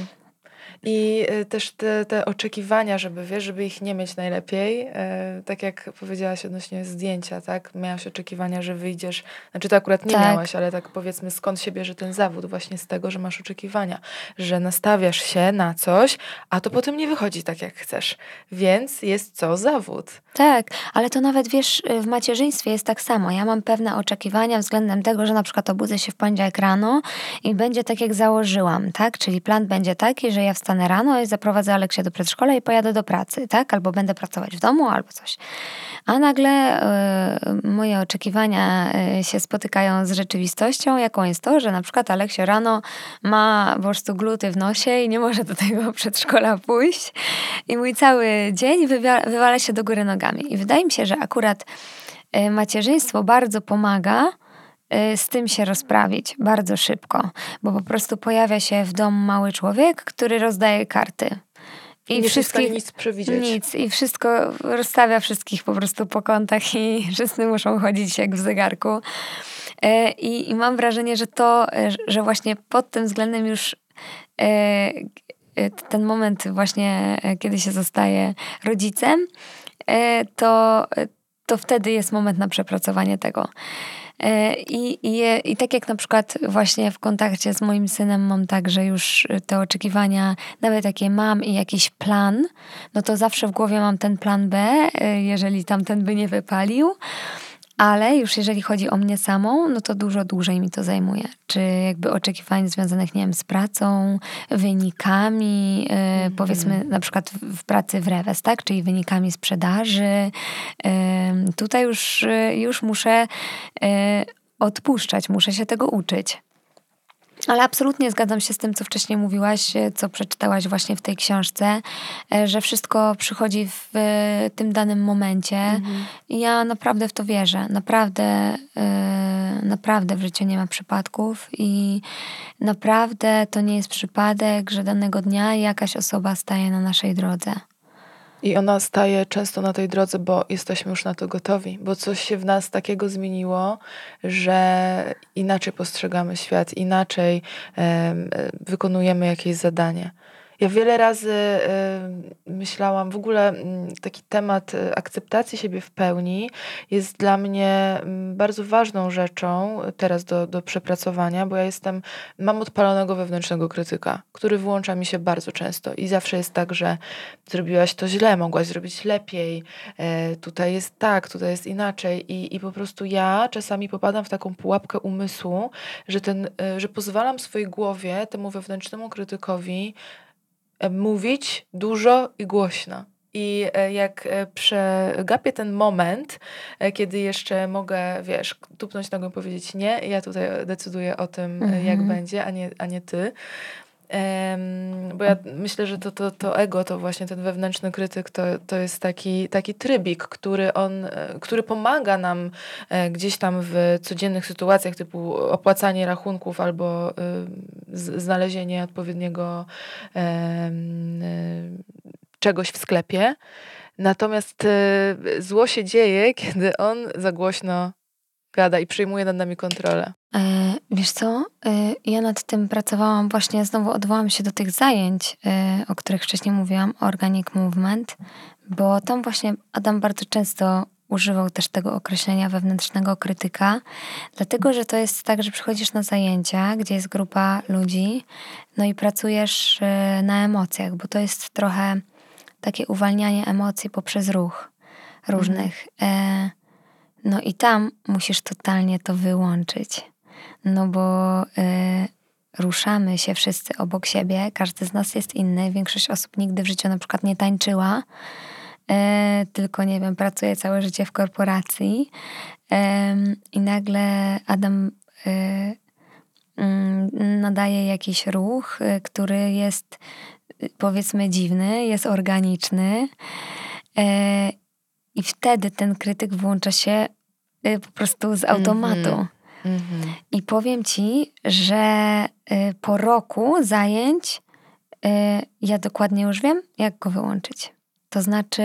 I y, też te, te oczekiwania, żeby wiesz, żeby ich nie mieć najlepiej. Y, tak jak powiedziałaś odnośnie zdjęcia, tak? Miałaś oczekiwania, że wyjdziesz. Znaczy to akurat nie Tak. miałaś, ale tak powiedzmy, skąd się bierze ten zawód? Właśnie z tego, że masz oczekiwania. Że nastawiasz się na coś, a to potem nie wychodzi tak, jak chcesz. Więc jest co? Zawód. Tak, ale to nawet wiesz, w macierzyństwie jest tak samo. Ja mam pewne oczekiwania względem tego, że na przykład obudzę się w poniedziałek rano i będzie tak, jak założyłam, tak? Czyli plan będzie taki, że ja wstanę rano i zaprowadzę Aleksię do przedszkola i pojadę do pracy, tak? Albo będę pracować w domu, albo coś. A nagle y, moje oczekiwania y, się spotykają z rzeczywistością, jaką jest to, że na przykład Aleksio rano ma po prostu gluty w nosie i nie może do tego przedszkola pójść. I mój cały dzień wywia- wywala się do góry nogami. I wydaje mi się, że akurat y, macierzyństwo bardzo pomaga y, z tym się rozprawić bardzo szybko. Bo po prostu pojawia się w domu mały człowiek, który rozdaje karty. I nie jest w stanie nic przewidzieć. Nic. I wszystko rozstawia wszystkich po prostu po kątach i wszyscy muszą chodzić jak w zegarku. E, I, i mam wrażenie, że to, e, że właśnie pod tym względem już e, e, ten moment właśnie, e, kiedy się zostaje rodzicem, e, to, to wtedy jest moment na przepracowanie tego. E, I, i, I tak jak na przykład właśnie w kontakcie z moim synem mam tak, że już te oczekiwania, nawet jakie mam i jakiś plan, no to zawsze w głowie mam ten plan B, e, jeżeli tamten by nie wypalił. Ale już jeżeli chodzi o mnie samą, no to dużo dłużej mi to zajmuje. Czy jakby oczekiwań związanych, nie wiem, z pracą, wynikami, yy, powiedzmy na przykład w, w pracy w Rewes, tak? Czyli wynikami sprzedaży. Yy, tutaj już, yy, już muszę yy, odpuszczać, muszę się tego uczyć. Ale absolutnie zgadzam się z tym, co wcześniej mówiłaś, co przeczytałaś właśnie w tej książce, że wszystko przychodzi w tym danym momencie. Mhm. I ja naprawdę w to wierzę. Naprawdę, yy, naprawdę w życiu nie ma przypadków i naprawdę to nie jest przypadek, że danego dnia jakaś osoba staje na naszej drodze. I ona staje często na tej drodze, bo jesteśmy już na to gotowi, bo coś się w nas takiego zmieniło, że inaczej postrzegamy świat, inaczej um, wykonujemy jakieś zadanie. Ja wiele razy y, myślałam, w ogóle y, taki temat akceptacji siebie w pełni jest dla mnie y, bardzo ważną rzeczą teraz do, do przepracowania, bo ja jestem, mam odpalonego wewnętrznego krytyka, który włącza mi się bardzo często i zawsze jest tak, że zrobiłaś to źle, mogłaś zrobić lepiej, y, tutaj jest tak, tutaj jest inaczej i, i po prostu ja czasami popadam w taką pułapkę umysłu, że, ten, y, że pozwalam swojej głowie, temu wewnętrznemu krytykowi mówić dużo i głośno. I jak przegapię ten moment, kiedy jeszcze mogę, wiesz, tupnąć nogą i powiedzieć nie, ja tutaj decyduję o tym, mhm. jak będzie, a nie, a nie ty, Bo ja myślę, że to, to, to ego, to właśnie ten wewnętrzny krytyk, to, to jest taki, taki trybik, który on, który pomaga nam gdzieś tam w codziennych sytuacjach typu opłacanie rachunków albo z, znalezienie odpowiedniego czegoś w sklepie. Natomiast zło się dzieje, kiedy on za głośno gada i przyjmuje nad nami kontrolę. E, wiesz co, e, ja nad tym pracowałam właśnie, znowu odwołam się do tych zajęć, e, o których wcześniej mówiłam, Organic Movement, bo tam właśnie Adam bardzo często używał też tego określenia wewnętrznego krytyka, dlatego, że to jest tak, że przychodzisz na zajęcia, gdzie jest grupa ludzi, no i pracujesz e, na emocjach, bo to jest trochę takie uwalnianie emocji poprzez ruch różnych. E, no i tam musisz totalnie to wyłączyć. No bo y, ruszamy się wszyscy obok siebie, każdy z nas jest inny. Większość osób nigdy w życiu na przykład nie tańczyła, y, tylko nie wiem, pracuje całe życie w korporacji. Y, I nagle Adam y, y, nadaje jakiś ruch, y, który jest y, powiedzmy dziwny, jest organiczny. Y, I wtedy ten krytyk włącza się y, po prostu z automatu. Mm-hmm. Mm-hmm. I powiem ci, że y, po roku zajęć y, ja dokładnie już wiem, jak go wyłączyć. To znaczy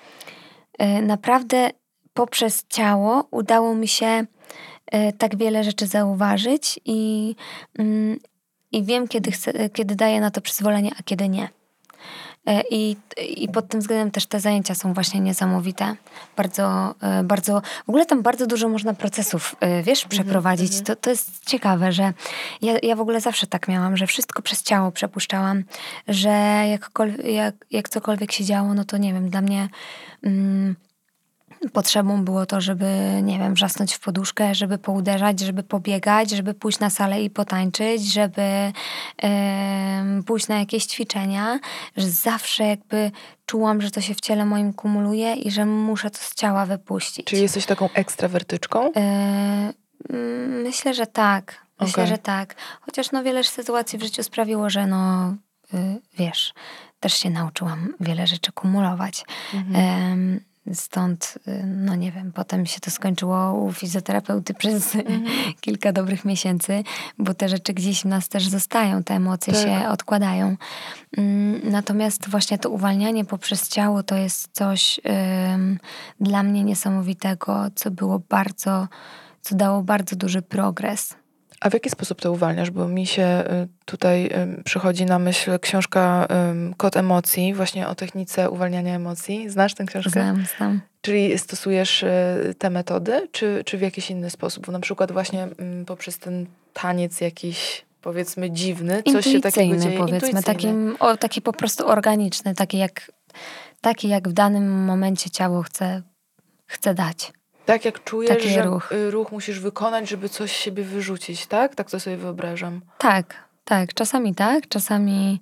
y, naprawdę poprzez ciało udało mi się y, tak wiele rzeczy zauważyć i, y, i wiem, kiedy, chcę, kiedy daję na to przyzwolenie, a kiedy nie. I, I pod tym względem też te zajęcia są właśnie niesamowite. Bardzo, bardzo, w ogóle tam bardzo dużo można procesów, wiesz, przeprowadzić. Mm-hmm. To, to jest ciekawe, że ja, ja w ogóle zawsze tak miałam, że wszystko przez ciało przepuszczałam, że jakkolwiek, jak, jak cokolwiek się działo, no to nie wiem, dla mnie... Mm, potrzebą było to, żeby, nie wiem, wrzasnąć w poduszkę, żeby pouderzać, żeby pobiegać, żeby pójść na salę i potańczyć, żeby yy, pójść na jakieś ćwiczenia, że zawsze jakby czułam, że to się w ciele moim kumuluje i że muszę to z ciała wypuścić. Czyli jesteś taką ekstrawertyczką? Yy, myślę, że tak. Myślę, okay. że tak. Chociaż no wiele sytuacji w życiu sprawiło, że no, yy, wiesz, też się nauczyłam wiele rzeczy kumulować. Mhm. Yy, Stąd, no nie wiem, potem się to skończyło u fizjoterapeuty przez mm. kilka dobrych miesięcy, bo te rzeczy gdzieś w nas też zostają, te emocje tak. się odkładają. Natomiast właśnie to uwalnianie poprzez ciało to jest coś um, dla mnie niesamowitego, co było bardzo, co dało bardzo duży progres. A w jaki sposób to uwalniasz? Bo mi się tutaj przychodzi na myśl książka Kod emocji, właśnie o technice uwalniania emocji. Znasz tę książkę? Znam, znam. Czyli stosujesz te metody, czy, czy w jakiś inny sposób? Bo na przykład właśnie poprzez ten taniec jakiś, powiedzmy, dziwny, coś się takiego dzieje. Powiedzmy, takim, o, taki po prostu organiczny, taki jak, taki jak w danym momencie ciało chce, chce dać. Tak jak czujesz, Taki że ruch. ruch musisz wykonać, żeby coś z siebie wyrzucić, tak? Tak to sobie wyobrażam. Tak, tak. Czasami tak, czasami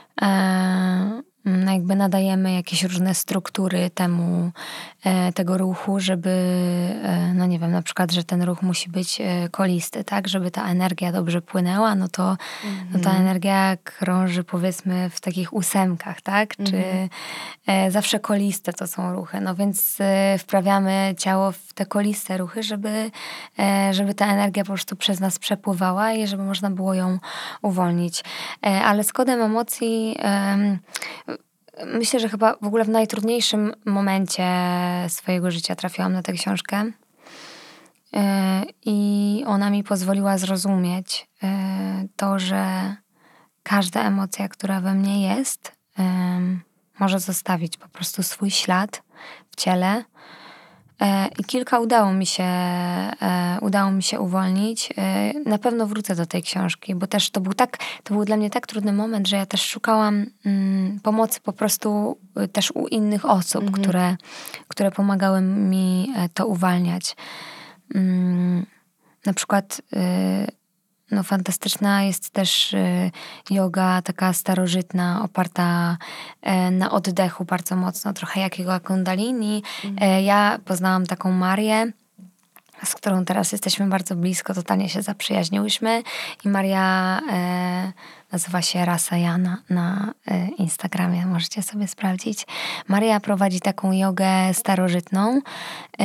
e, jakby nadajemy jakieś różne struktury temu, e, tego ruchu, żeby, e, no nie wiem, na przykład, że ten ruch musi być e, kolisty, tak? Żeby ta energia dobrze płynęła, no to, mm-hmm. no ta energia krąży, powiedzmy, w takich ósemkach, tak? Mm-hmm. Czy e, zawsze koliste to są ruchy, no więc e, wprawiamy ciało w te koliste ruchy, żeby, e, żeby ta energia po prostu przez nas przepływała i żeby można było ją uwolnić. E, ale z kodem emocji e, myślę, że chyba w ogóle w najtrudniejszym momencie swojego życia trafiłam na tę książkę i ona mi pozwoliła zrozumieć to, że każda emocja, która we mnie jest, może zostawić po prostu swój ślad w ciele. I kilka udało mi się, udało mi się uwolnić. Na pewno wrócę do tej książki, bo też to był tak, to był dla mnie tak trudny moment, że ja też szukałam mm, pomocy po prostu też u innych osób, mhm. które, które pomagały mi to uwalniać. Mm, na przykład no fantastyczna jest też joga taka starożytna, oparta na oddechu bardzo mocno, trochę jak joga kundalini. Mhm. Ja poznałam taką Marię z którą teraz jesteśmy bardzo blisko, totalnie się zaprzyjaźniłyśmy i Maria e, nazywa się Rasayana na e, Instagramie, możecie sobie sprawdzić. Maria prowadzi taką jogę starożytną, e,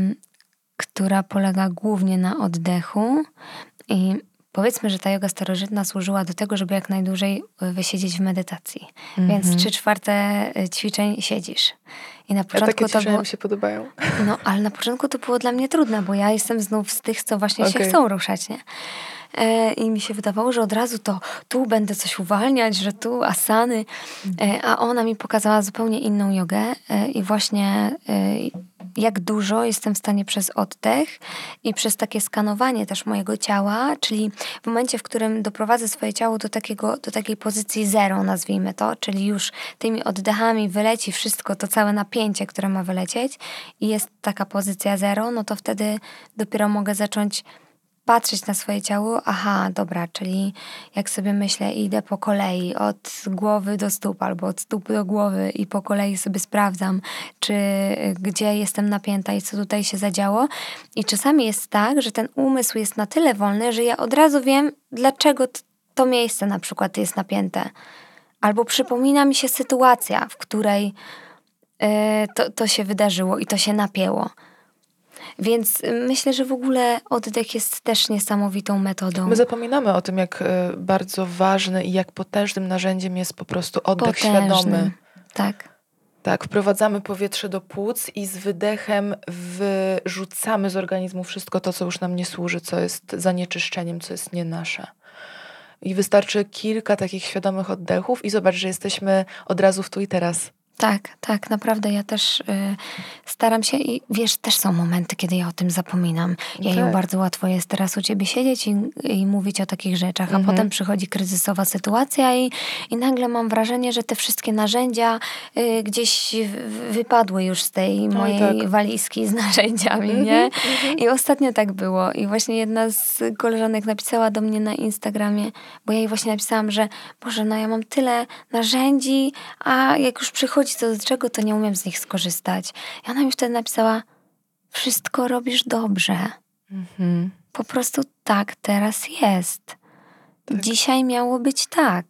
która polega głównie na oddechu i powiedzmy, że ta joga starożytna służyła do tego, żeby jak najdłużej wysiedzieć w medytacji. Mhm. Więc trzy czwarte ćwiczeń siedzisz. I na początku A takie ćwiczenia to było... mi się podobają. No, ale na początku to było dla mnie trudne, bo ja jestem znów z tych, co właśnie okay. się chcą ruszać, nie? E, I mi się wydawało, że od razu to tu będę coś uwalniać, że tu asany. E, a ona mi pokazała zupełnie inną jogę e, i właśnie e, jak dużo jestem w stanie przez oddech i przez takie skanowanie też mojego ciała, czyli w momencie, w którym doprowadzę swoje ciało do takiego, do takiej pozycji zero, nazwijmy to, czyli już tymi oddechami wyleci wszystko, to całe napięcie, które ma wylecieć i jest taka pozycja zero, no to wtedy dopiero mogę zacząć patrzeć na swoje ciało, aha, dobra, czyli jak sobie myślę, idę po kolei od głowy do stóp albo od stóp do głowy i po kolei sobie sprawdzam, czy gdzie jestem napięta i co tutaj się zadziało. I czasami jest tak, że ten umysł jest na tyle wolny, że ja od razu wiem, dlaczego t- to miejsce na przykład jest napięte. Albo przypomina mi się sytuacja, w której yy, to, to się wydarzyło i to się napięło. Więc myślę, że w ogóle oddech jest też niesamowitą metodą. My zapominamy o tym, jak bardzo ważny i jak potężnym narzędziem jest po prostu oddech Potężnym. świadomy. Tak. Tak, wprowadzamy powietrze do płuc i z wydechem wyrzucamy z organizmu wszystko to, co już nam nie służy, co jest zanieczyszczeniem, co jest nie nasze. I wystarczy kilka takich świadomych oddechów i zobacz, że jesteśmy od razu w tu i teraz. Tak, tak, naprawdę ja też y, staram się i wiesz, też są momenty, kiedy ja o tym zapominam. Ja tak. bardzo łatwo jest teraz u ciebie siedzieć i, i mówić o takich rzeczach, a Mhm. potem przychodzi kryzysowa sytuacja i, i nagle mam wrażenie, że te wszystkie narzędzia y, gdzieś w, wypadły już z tej mojej tak. walizki z narzędziami, Mhm, nie? mhm. I ostatnio tak było i właśnie jedna z koleżanek napisała do mnie na Instagramie, bo ja jej właśnie napisałam, że Boże, no ja mam tyle narzędzi, a jak już przychodzi co do czego, to nie umiem z nich skorzystać. I ona mi wtedy napisała, wszystko robisz dobrze. Mhm. Po prostu tak teraz jest. Tak. Dzisiaj miało być tak.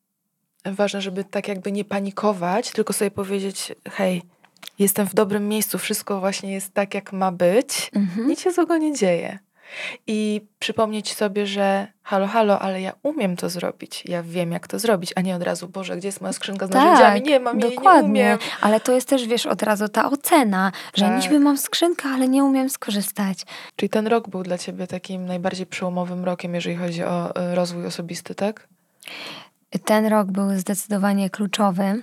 Ważne, żeby tak jakby nie panikować, tylko sobie powiedzieć, hej, jestem w dobrym miejscu, wszystko właśnie jest tak, jak ma być, Mhm. nic się złego nie dzieje. I przypomnieć sobie, że halo, halo, ale ja umiem to zrobić. Ja wiem, jak to zrobić, a nie od razu, Boże, gdzie jest moja skrzynka z tak, narzędziami? Nie mam jej, nie umiem. Ale to jest też, wiesz, od razu ta ocena, że tak. niby mam skrzynkę, ale nie umiem skorzystać. Czyli ten rok był dla ciebie takim najbardziej przełomowym rokiem, jeżeli chodzi o rozwój osobisty, tak? Ten rok był zdecydowanie kluczowy,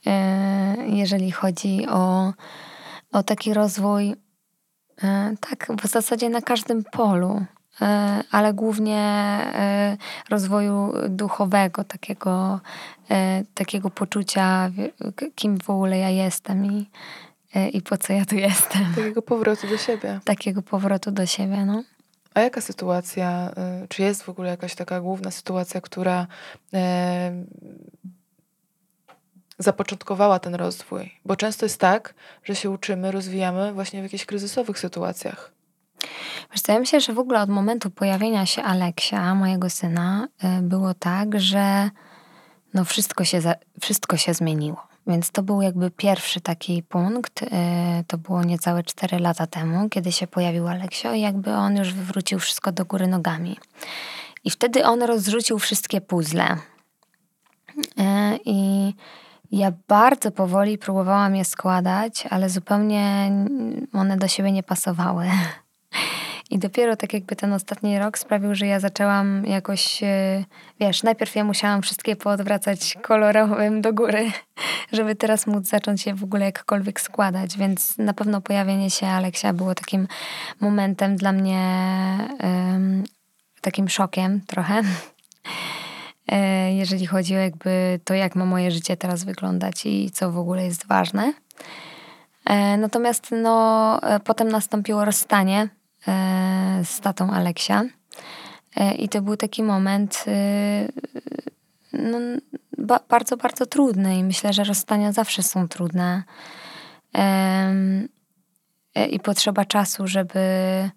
jeżeli chodzi o, o taki rozwój. Tak, w zasadzie na każdym polu, ale głównie rozwoju duchowego, takiego, takiego poczucia, kim w ogóle ja jestem i, i po co ja tu jestem. Takiego powrotu do siebie. Takiego powrotu do siebie, no. A jaka sytuacja, czy jest w ogóle jakaś taka główna sytuacja, która e, zapoczątkowała ten rozwój? Bo często jest tak, że się uczymy, rozwijamy właśnie w jakichś kryzysowych sytuacjach. Wiesz co, ja myślę, że w ogóle od momentu pojawienia się Aleksia, mojego syna, było tak, że no wszystko się, za, wszystko się zmieniło. Więc to był jakby pierwszy taki punkt. To było niecałe cztery lata temu, kiedy się pojawił Aleksio i jakby on już wywrócił wszystko do góry nogami. I wtedy on rozrzucił wszystkie puzzle. I ja bardzo powoli próbowałam je składać, ale zupełnie one do siebie nie pasowały. I dopiero tak jakby ten ostatni rok sprawił, że ja zaczęłam jakoś, wiesz, najpierw ja musiałam wszystkie poodwracać kolorowym do góry, żeby teraz móc zacząć je w ogóle jakkolwiek składać, więc na pewno pojawienie się Aleksia było takim momentem dla mnie, um, takim szokiem trochę, jeżeli chodzi o jakby to, jak ma moje życie teraz wyglądać i co w ogóle jest ważne. Natomiast no, potem nastąpiło rozstanie z tatą Aleksia. I to był taki moment no, ba- bardzo, bardzo trudny i myślę, że rozstania zawsze są trudne. I potrzeba czasu, żeby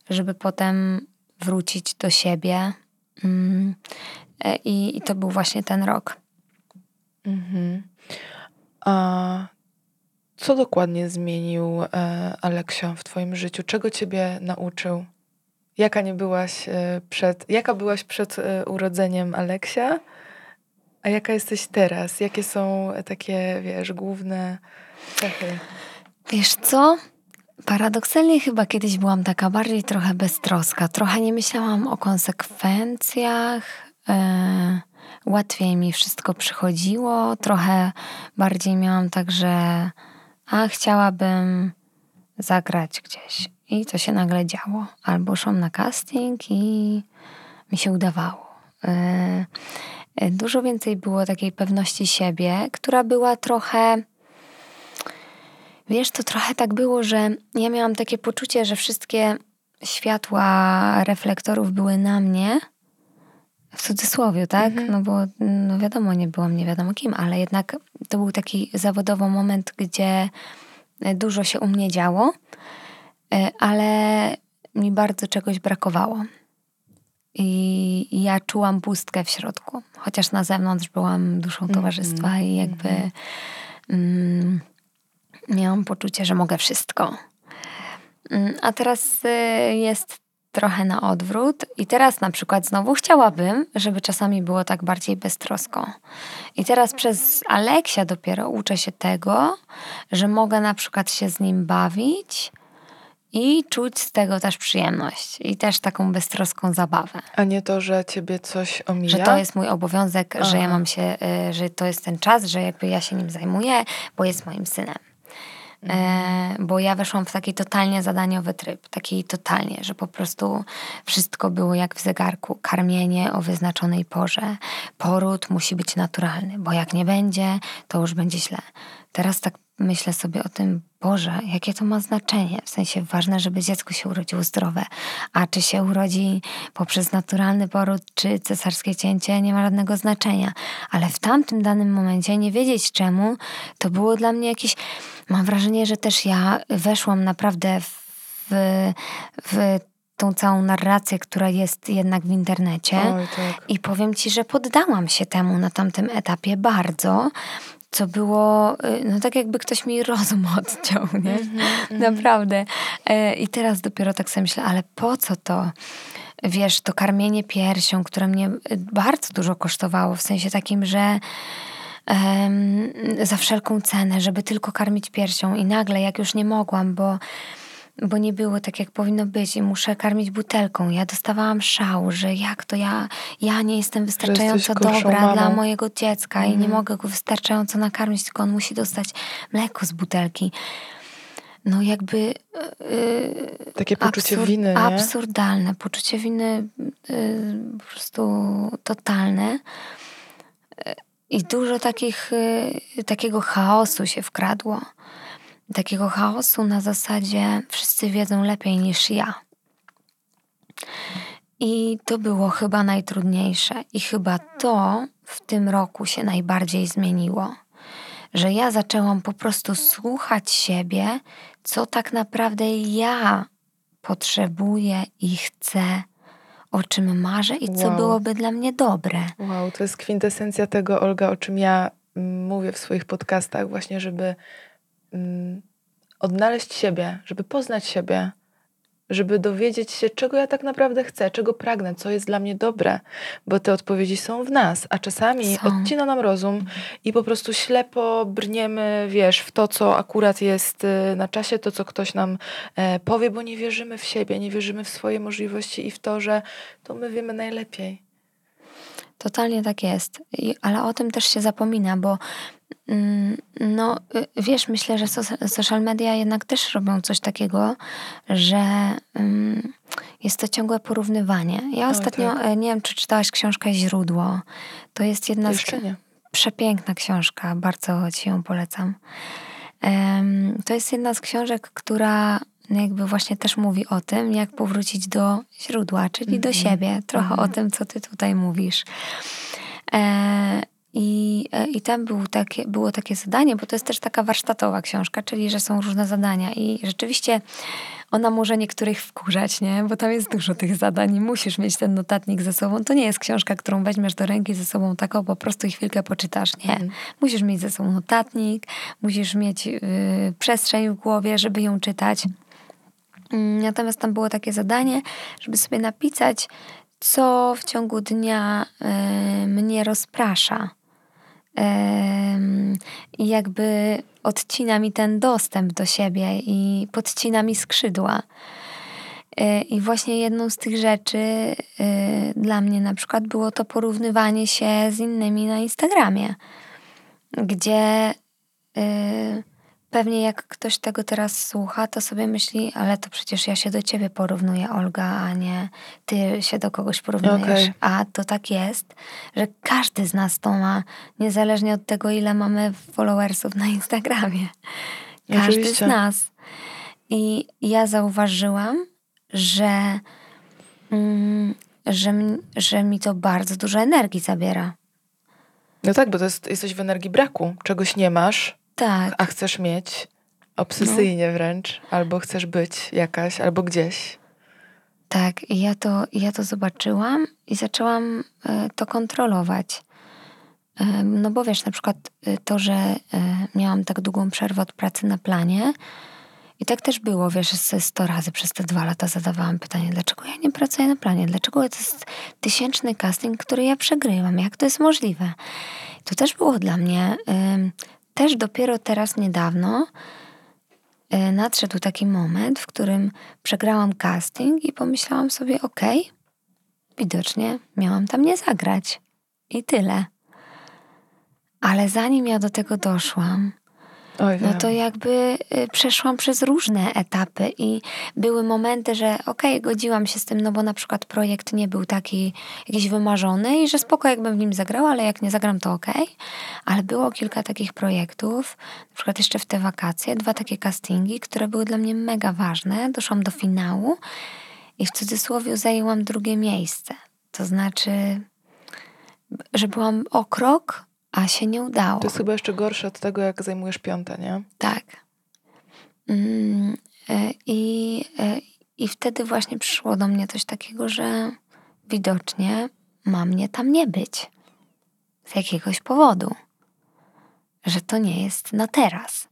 żeby potem wrócić do siebie. Mm, e, I, I to był właśnie ten rok. Mhm. A co dokładnie zmienił e, Aleksio w twoim życiu? Czego ciebie nauczył? Jaka nie byłaś e, przed, jaka byłaś przed e, urodzeniem Aleksia, a jaka jesteś teraz? Jakie są takie, wiesz, główne cechy? Wiesz co? Paradoksalnie chyba kiedyś byłam taka bardziej trochę beztroska. Trochę nie myślałam o konsekwencjach. E, łatwiej mi wszystko przychodziło. Trochę bardziej miałam tak, że a chciałabym zagrać gdzieś. I to się nagle działo. Albo szłam na casting i mi się udawało. E, e, dużo więcej było takiej pewności siebie, która była trochę... Wiesz, to trochę tak było, że ja miałam takie poczucie, że wszystkie światła reflektorów były na mnie, w cudzysłowie, tak? Mhm. No bo no wiadomo, nie byłam nie wiadomo kim, ale jednak to był taki zawodowy moment, gdzie dużo się u mnie działo, e, ale mi bardzo czegoś brakowało. I i ja czułam pustkę w środku. Chociaż na zewnątrz byłam duszą towarzystwa i jakby mm, miałam poczucie, że mogę wszystko. Mm, A teraz y, jest trochę na odwrót i teraz na przykład znowu chciałabym, żeby czasami było tak bardziej beztrosko. I teraz przez Aleksia dopiero uczę się tego, że mogę na przykład się z nim bawić i czuć z tego też przyjemność i też taką beztroską zabawę. A nie to, że ciebie coś omija? Że to jest mój obowiązek, że ja Aha. mam się, y, że to jest ten czas, że jakby ja się nim zajmuję, bo jest moim synem. E, bo ja weszłam w taki totalnie zadaniowy tryb, taki totalnie, że po prostu wszystko było jak w zegarku. Karmienie o wyznaczonej porze. Poród musi być naturalny, bo jak nie będzie, to już będzie źle. Teraz tak myślę sobie o tym, Boże, jakie to ma znaczenie. W sensie ważne, żeby dziecko się urodziło zdrowe. A czy się urodzi poprzez naturalny poród, czy cesarskie cięcie, nie ma żadnego znaczenia. Ale w tamtym danym momencie nie wiedzieć czemu, to było dla mnie jakieś... Mam wrażenie, że też ja weszłam naprawdę w, w tą całą narrację, która jest jednak w internecie. Oj, tak. I powiem ci, że poddałam się temu na tamtym etapie bardzo, co było, y, no tak jakby ktoś mi rozum odciął, nie? Naprawdę. E, I teraz dopiero tak sobie myślę, ale po co to? Wiesz, to karmienie piersią, które mnie y, bardzo dużo kosztowało, w sensie takim, że em, za wszelką cenę, żeby tylko karmić piersią i nagle, jak już nie mogłam, bo bo nie było tak, jak powinno być i muszę karmić butelką. Ja dostawałam szału, że jak to ja, ja nie jestem wystarczająco gorszą dobra mamą. dla mojego dziecka i nie mogę go wystarczająco nakarmić, tylko on musi dostać mleko z butelki. No jakby yy, Takie poczucie absurd- winy, nie? absurdalne, poczucie winy yy, po prostu totalne. Yy, I dużo takich, yy, takiego chaosu się wkradło. Takiego chaosu na zasadzie wszyscy wiedzą lepiej niż ja. I to było chyba najtrudniejsze. I chyba to w tym roku się najbardziej zmieniło. Że ja zaczęłam po prostu słuchać siebie, co tak naprawdę ja potrzebuję i chcę, o czym marzę i co Wow. byłoby dla mnie dobre. Wow, to jest kwintesencja tego, Olga, o czym ja mm, mówię w swoich podcastach, właśnie, żeby mm, odnaleźć siebie, żeby poznać siebie, żeby dowiedzieć się, czego ja tak naprawdę chcę, czego pragnę, co jest dla mnie dobre, bo te odpowiedzi są w nas, a czasami Są. odcina nam rozum i po prostu ślepo brniemy, wiesz, w to, co akurat jest y, na czasie, to, co ktoś nam e, powie, bo nie wierzymy w siebie, nie wierzymy w swoje możliwości i w to, że to my wiemy najlepiej. Totalnie tak jest. I, ale o tym też się zapomina, bo mm, no y, wiesz, myślę, że so, social media jednak też robią coś takiego, że ym, jest to ciągłe porównywanie. Ja Oj, ostatnio, tak. e, nie wiem, czy czytałaś książkę Źródło. To jest jedna z... Jeszcze nie. Przepiękna książka, bardzo ci ją polecam. Em, to jest jedna z książek, która jakby właśnie też mówi o tym, jak powrócić do źródła, czyli do siebie. Trochę o tym, co ty tutaj mówisz. E, i, e, I tam był takie, było takie zadanie, bo to jest też taka warsztatowa książka, czyli że są różne zadania. I rzeczywiście ona może niektórych wkurzać, nie? Bo tam jest dużo tych zadań i musisz mieć ten notatnik ze sobą. To nie jest książka, którą weźmiesz do ręki ze sobą taką, po prostu i chwilkę poczytasz. Nie. Mhm. Musisz mieć ze sobą notatnik, musisz mieć yy, przestrzeń w głowie, żeby ją czytać. Natomiast tam było takie zadanie, żeby sobie napisać, co w ciągu dnia y, mnie rozprasza. I jakby odcina mi ten dostęp do siebie i podcina mi skrzydła. I właśnie jedną z tych rzeczy dla mnie na przykład było to porównywanie się z innymi na Instagramie, gdzie pewnie jak ktoś tego teraz słucha, to sobie myśli, ale to przecież ja się do ciebie porównuję, Olga, a nie ty się do kogoś porównujesz. Okay. A to tak jest, że każdy z nas to ma, niezależnie od tego, ile mamy followersów na Instagramie. Każdy Oczywiście. z nas. I ja zauważyłam, że, mm, że, że mi to bardzo dużo energii zabiera. No tak, bo to jest, jesteś w energii braku. Czegoś nie masz. Tak. A chcesz mieć obsesyjnie no. wręcz, albo chcesz być jakaś, albo gdzieś. Tak, i ja to, ja to zobaczyłam i zaczęłam y, to kontrolować. Y, no bo wiesz, na przykład y, to, że y, miałam tak długą przerwę od pracy na planie i tak też było, wiesz, sto razy przez te dwa lata zadawałam pytanie, dlaczego ja nie pracuję na planie? Dlaczego to jest tysięczny casting, który ja przegrywam? Jak to jest możliwe? To też było dla mnie... Y, Też dopiero teraz niedawno y, nadszedł taki moment, w którym przegrałam casting i pomyślałam sobie, okej, okay, widocznie miałam tam nie zagrać. I tyle. Ale zanim ja do tego doszłam, Oj, no to jakby y, przeszłam przez różne etapy i były momenty, że okej, okay, godziłam się z tym, no bo na przykład projekt nie był taki jakiś wymarzony i że spoko jakbym w nim zagrała, ale jak nie zagram, to okej. Okay. Ale było kilka takich projektów, na przykład jeszcze w te wakacje, dwa takie castingi, które były dla mnie mega ważne. Doszłam do finału i w cudzysłowie zajęłam drugie miejsce. To znaczy, że byłam o krok, a się nie udało. To jest chyba jeszcze gorsze od tego, jak zajmujesz piąte, nie? Tak. Mm, i, I wtedy właśnie przyszło do mnie coś takiego, że widocznie ma mnie tam nie być. Z jakiegoś powodu. Że to nie jest na teraz.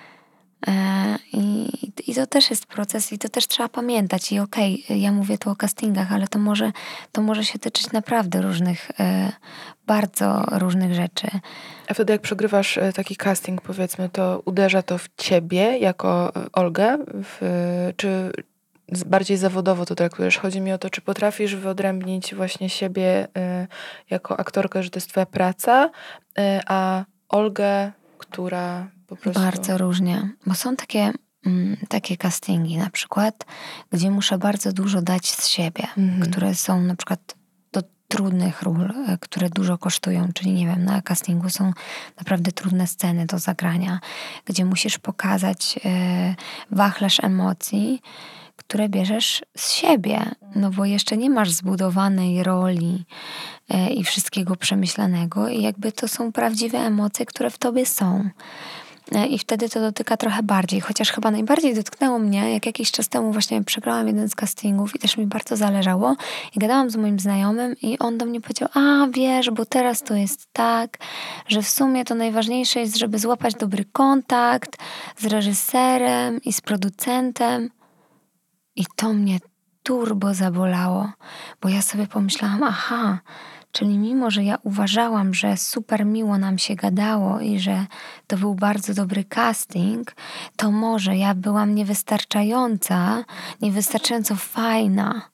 I, I to też jest proces i to też trzeba pamiętać. I okej, okay, ja mówię tu o castingach, ale to może, to może się tyczyć naprawdę różnych, bardzo różnych rzeczy. A wtedy jak przegrywasz taki casting, powiedzmy, to uderza to w ciebie jako Olgę? W, czy bardziej zawodowo to traktujesz? Chodzi mi o to, czy potrafisz wyodrębnić właśnie siebie jako aktorkę, że to jest twoja praca, a Olgę, która po prostu... Bardzo różnie, bo są takie, mm, takie castingi na przykład, gdzie muszę bardzo dużo dać z siebie, mhm. które są na przykład do trudnych ról, które dużo kosztują, czyli nie wiem, na castingu są naprawdę trudne sceny do zagrania, gdzie musisz pokazać e, wachlarz emocji, które bierzesz z siebie, no bo jeszcze nie masz zbudowanej roli e, i wszystkiego przemyślanego i jakby to są prawdziwe emocje, które w tobie są. I wtedy to dotyka trochę bardziej, chociaż chyba najbardziej dotknęło mnie, jak jakiś czas temu właśnie przegrałam jeden z castingów i też mi bardzo zależało i gadałam z moim znajomym i on do mnie powiedział, a wiesz, bo teraz to jest tak, że w sumie to najważniejsze jest, żeby złapać dobry kontakt z reżyserem i z producentem i to mnie turbo zabolało, bo ja sobie pomyślałam, aha, czyli mimo, że ja uważałam, że super miło nam się gadało i że to był bardzo dobry casting, to może ja byłam niewystarczająca, niewystarczająco fajna.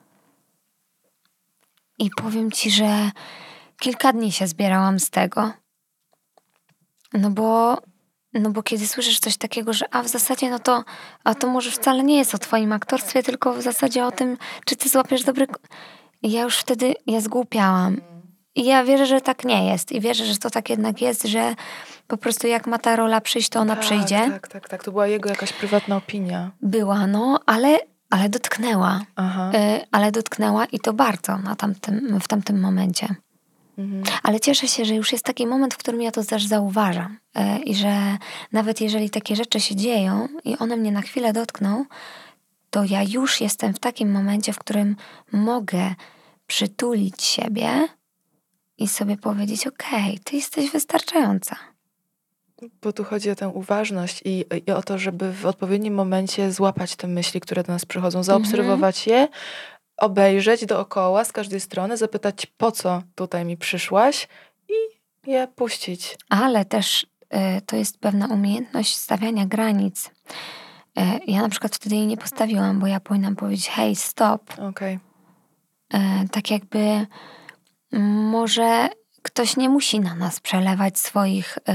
I powiem ci, że kilka dni się zbierałam z tego. No bo, no bo kiedy słyszysz coś takiego, że a w zasadzie no to, a to może wcale nie jest o twoim aktorstwie, tylko w zasadzie o tym, czy ty złapiesz dobry... I ja już wtedy, ja zgłupiałam. I ja wierzę, że tak nie jest. I wierzę, że to tak jednak jest, że po prostu jak ma ta rola przyjść, to ona tak, przyjdzie. Tak, tak, tak. To była jego jakaś prywatna opinia. Była, no, ale, ale dotknęła. Aha. Y, ale dotknęła i to bardzo na tamtym, w tamtym momencie. Mhm. Ale cieszę się, że już jest taki moment, w którym ja to też zauważam. Y, I że nawet jeżeli takie rzeczy się dzieją i one mnie na chwilę dotkną, to ja już jestem w takim momencie, w którym mogę przytulić siebie i sobie powiedzieć, okej, ty jesteś wystarczająca. Bo tu chodzi o tę uważność i, i o to, żeby w odpowiednim momencie złapać te myśli, które do nas przychodzą, zaobserwować je, obejrzeć dookoła z każdej strony, zapytać, po co tutaj mi przyszłaś i je puścić. Ale też y, to jest pewna umiejętność stawiania granic. Y, ja na przykład wtedy jej nie postawiłam, bo ja powinnam powiedzieć, hej, stop. Okej. Y, tak jakby może ktoś nie musi na nas przelewać swoich y,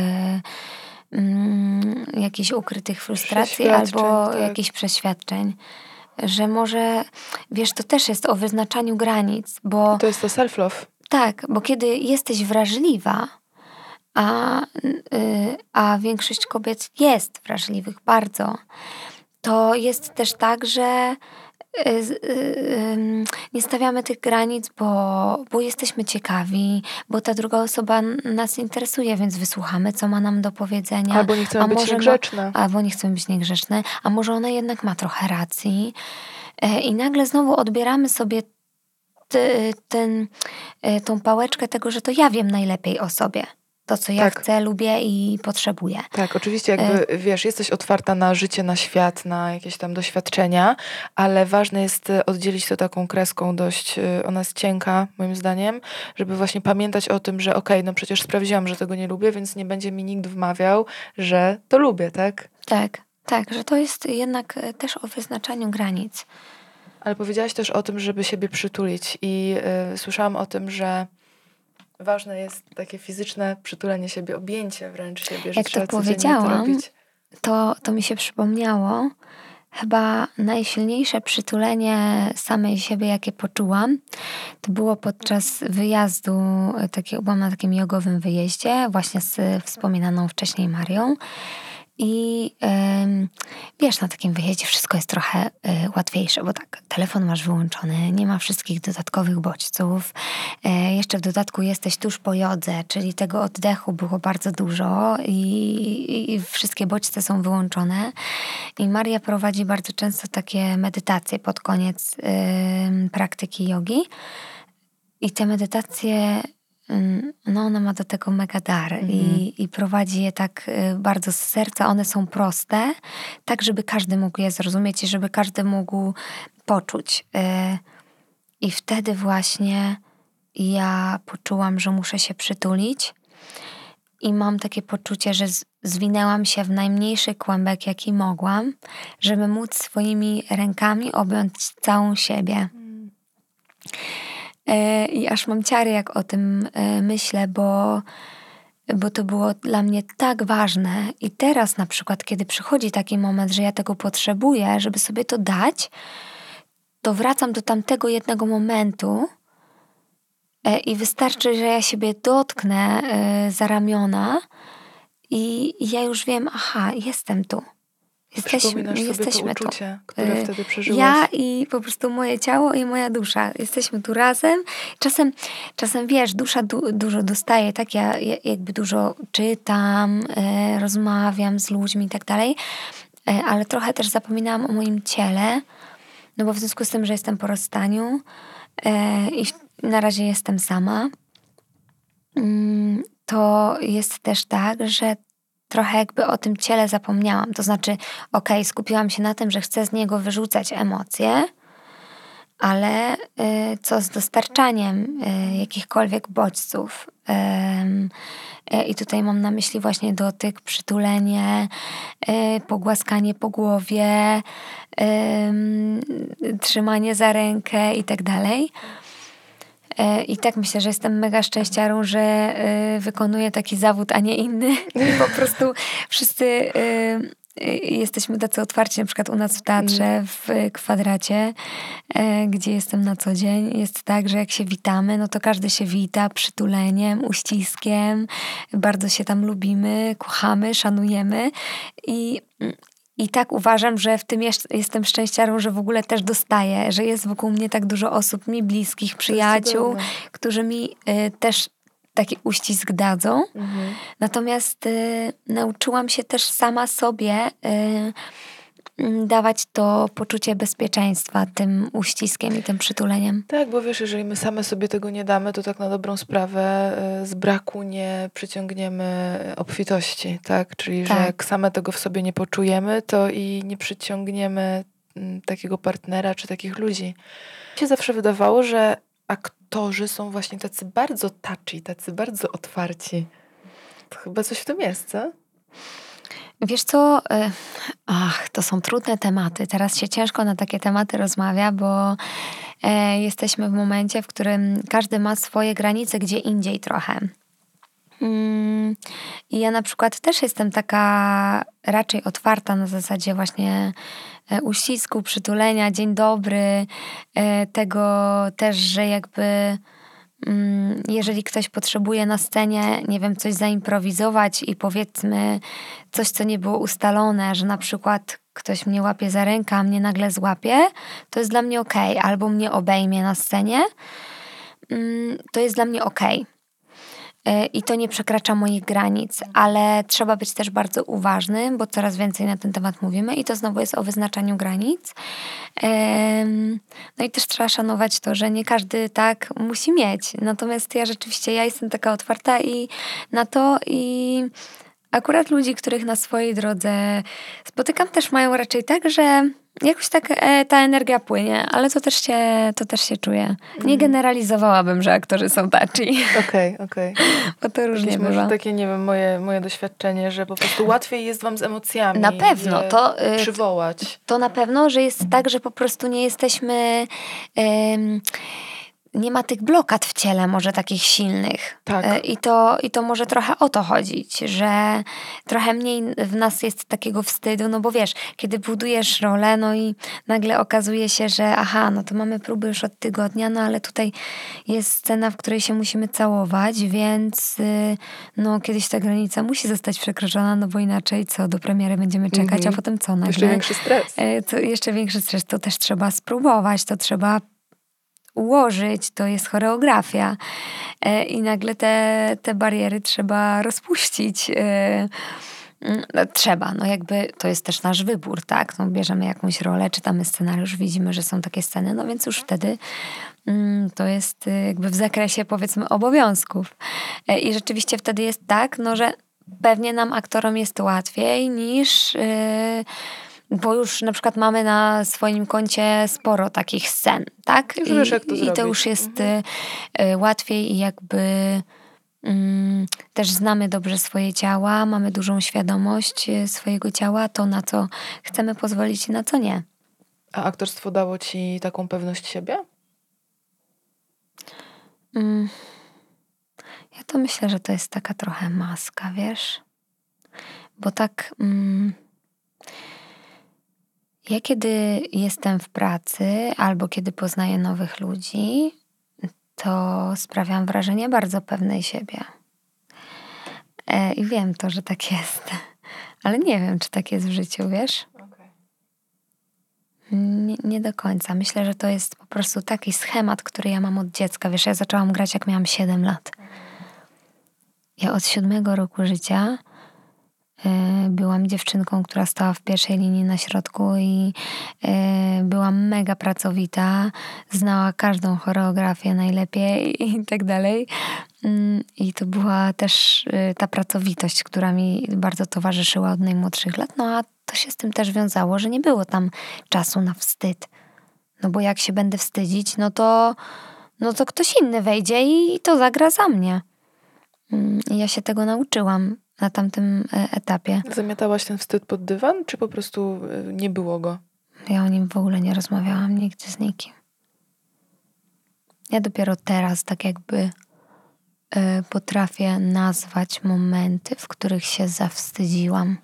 mm, jakichś ukrytych frustracji Przeświadczeń, albo tak. jakichś przeświadczeń. Że może, wiesz, to też jest o wyznaczaniu granic, bo To jest to self-love. tak, bo kiedy jesteś wrażliwa, a, y, a większość kobiet jest wrażliwych bardzo, to jest też tak, że y, y, y, nie stawiamy tych granic, bo, bo jesteśmy ciekawi, bo ta druga osoba nas interesuje, więc wysłuchamy, co ma nam do powiedzenia. Albo nie chcemy a być może niegrzeczne. Ma, albo nie chcemy być niegrzeczne, a może ona jednak ma trochę racji. E, I nagle znowu odbieramy sobie ty, ten, e, tą pałeczkę tego, że to ja wiem najlepiej o sobie. To, co ja Tak. chcę, lubię i potrzebuję. Tak, oczywiście jakby, wiesz, jesteś otwarta na życie, na świat, na jakieś tam doświadczenia, ale ważne jest e, oddzielić to taką kreską dość, e, ona jest cienka moim zdaniem, żeby właśnie pamiętać o tym, że okej, no przecież sprawdziłam, że tego nie lubię, więc nie będzie mi nikt wmawiał, że to lubię, tak? Tak, tak, że to jest jednak e, też o wyznaczaniu granic. Ale powiedziałaś też o tym, żeby siebie przytulić i y, słyszałam o tym, że ważne jest takie fizyczne przytulenie siebie, objęcie wręcz siebie, że Jak to trzeba codziennie to powiedziałam, robić. To, to mi się przypomniało, chyba najsilniejsze przytulenie samej siebie, jakie poczułam, to było podczas wyjazdu, e, takiego, byłam na takim jogowym wyjeździe, właśnie z wspominaną wcześniej Marią. I em, wiesz, na takim wyjeździe wszystko jest trochę e, łatwiejsze, bo tak, telefon masz wyłączony, nie ma wszystkich dodatkowych bodźców. E, jeszcze w dodatku jesteś tuż po jodze, czyli tego oddechu było bardzo dużo i, i wszystkie bodźce są wyłączone. I Maria prowadzi bardzo często takie medytacje pod koniec em, praktyki jogi. I te medytacje, mm, no ona ma do tego mega dar i, i prowadzi je tak y, bardzo z serca. One są proste, tak żeby każdy mógł je zrozumieć i żeby każdy mógł poczuć. Y, I wtedy właśnie ja poczułam, że muszę się przytulić i mam takie poczucie, że z- zwinęłam się w najmniejszy kłębek, jaki mogłam, żeby móc swoimi rękami objąć całą siebie. E, I aż mam ciary, jak o tym e, myślę, bo, bo to było dla mnie tak ważne. I teraz na przykład, kiedy przychodzi taki moment, że ja tego potrzebuję, żeby sobie to dać, to wracam do tamtego jednego momentu e, i wystarczy, że ja siebie dotknę e, za ramiona i, i ja już wiem, aha, jestem tu. Jesteś, Przypominasz sobie to jesteśmy tu. uczucie, które Y, wtedy przeżyłaś. Ja i po prostu moje ciało i moja dusza. Jesteśmy tu razem. Czasem, czasem wiesz, dusza du- dużo dostaje, tak? Ja ja jakby dużo czytam, e, rozmawiam z ludźmi i tak dalej, e, ale trochę też zapominałam o moim ciele, no bo w związku z tym, że jestem po rozstaniu e, i na razie jestem sama, mm, to jest też tak, że trochę jakby o tym ciele zapomniałam. To znaczy, okej, skupiłam się na tym, że chcę z niego wyrzucać emocje, ale y, co z dostarczaniem y, jakichkolwiek bodźców? Ym, y, I tutaj mam na myśli właśnie dotyk, przytulenie, y, pogłaskanie po głowie, ym, trzymanie za rękę i tak dalej. E, I tak myślę, że jestem mega szczęściarą, że e, wykonuję taki zawód, a nie inny. I po prostu wszyscy e, e, jesteśmy tacy otwarci, na przykład u nas w teatrze, w Kwadracie, e, gdzie jestem na co dzień. Jest tak, że jak się witamy, no to każdy się wita przytuleniem, uściskiem. Bardzo się tam lubimy, kochamy, szanujemy. I I tak uważam, że w tym jest, jestem szczęściarą, że w ogóle też dostaję, że jest wokół mnie tak dużo osób, mi bliskich, przyjaciół, cudowne. którzy mi y, też taki uścisk dadzą. Mhm. Natomiast y, nauczyłam się też sama sobie y, mm, dawać to poczucie bezpieczeństwa tym uściskiem i tym przytuleniem. Tak, bo wiesz, jeżeli my same sobie tego nie damy, to tak na dobrą sprawę y, z braku nie przyciągniemy obfitości, tak? Czyli, że Tak. jak same tego w sobie nie poczujemy, to i nie przyciągniemy mm, takiego partnera czy takich ludzi. Mi się zawsze wydawało, że aktorzy są właśnie tacy bardzo touchy, tacy bardzo otwarci. To chyba coś w tym jest, co? Wiesz co, y, ach, to są trudne tematy. Teraz się ciężko na takie tematy rozmawia, bo e, jesteśmy w momencie, w którym każdy ma swoje granice gdzie indziej trochę. Mm, I ja na przykład też jestem taka raczej otwarta na zasadzie właśnie e, uścisku, przytulenia, dzień dobry, e, tego też, że jakby mm, jeżeli ktoś potrzebuje na scenie, nie wiem, coś zaimprowizować i powiedzmy coś, co nie było ustalone, że na przykład ktoś mnie łapie za rękę, a mnie nagle złapie, to jest dla mnie okej. Albo mnie obejmie na scenie, mm, to jest dla mnie okej. Y, I to nie przekracza moich granic, ale trzeba być też bardzo uważnym, bo coraz więcej na ten temat mówimy i to znowu jest o wyznaczaniu granic. Em, No i też trzeba szanować to, że nie każdy tak musi mieć. Natomiast ja rzeczywiście, ja jestem taka otwarta i na to i akurat ludzi, których na swojej drodze spotykam, też mają raczej tak, że jakoś tak e, ta energia płynie, ale to też się, to też się czuje. Nie generalizowałabym, że aktorzy są touchy, Okej, okej. bo to różnie Jakieś może bywa. takie, nie wiem, moje, moje doświadczenie, że po prostu łatwiej jest wam z emocjami Na pewno, je to, y, przywołać. To na pewno, że jest tak, że po prostu nie jesteśmy... em, nie ma tych blokad w ciele może takich silnych. Tak. E, I to, I to może trochę o to chodzić, że trochę mniej w nas jest takiego wstydu, no bo wiesz, kiedy budujesz rolę, no i nagle okazuje się, że aha, no to mamy próby już od tygodnia, no ale tutaj jest scena, w której się musimy całować, więc y, no kiedyś ta granica musi zostać przekroczona, no bo inaczej co, do premiery będziemy czekać, Mhm. a potem co nagle? Jeszcze większy stres. E, To jeszcze większy stres, to też trzeba spróbować, to trzeba ułożyć, to jest choreografia. E, I nagle te, te bariery trzeba rozpuścić. E, no, trzeba, no jakby to jest też nasz wybór, tak? No, bierzemy jakąś rolę, czytamy scenariusz, widzimy, że są takie sceny, no więc już wtedy mm, to jest y, jakby w zakresie powiedzmy obowiązków. E, I rzeczywiście wtedy jest tak, no że pewnie nam aktorom jest łatwiej niż... Y, bo już na przykład mamy na swoim koncie sporo takich scen, tak? Już wiesz, jak to I, i to zrobić. już jest Mhm. y, y, łatwiej i jakby mm, też znamy dobrze swoje ciała, mamy dużą świadomość y, swojego ciała, to na co chcemy pozwolić i na co nie. A aktorstwo dało ci taką pewność siebie? Mm. Ja to myślę, że to jest taka trochę maska, wiesz? Bo tak... Mm, Ja kiedy jestem w pracy albo kiedy poznaję nowych ludzi, to sprawiam wrażenie bardzo pewnej siebie. E, I wiem to, że tak jest. Ale nie wiem, czy tak jest w życiu, wiesz? Okay. Nie, nie do końca. Myślę, że to jest po prostu taki schemat, który ja mam od dziecka. Wiesz, ja zaczęłam grać, jak miałam siedem lat. Ja od siódmego roku życia byłam dziewczynką, która stała w pierwszej linii na środku i y, była mega pracowita, znała każdą choreografię najlepiej i tak dalej. Y, I to była też y, ta pracowitość, która mi bardzo towarzyszyła od najmłodszych lat. No a to się z tym też wiązało, że nie było tam czasu na wstyd. No bo jak się będę wstydzić, no to, no to ktoś inny wejdzie i to zagra za mnie. Y, I ja się tego nauczyłam na tamtym etapie. Zamiatałaś ten wstyd pod dywan, czy po prostu nie było go? Ja o nim w ogóle nie rozmawiałam nigdy z nikim. Ja dopiero teraz tak jakby y, potrafię nazwać momenty, w których się zawstydziłam.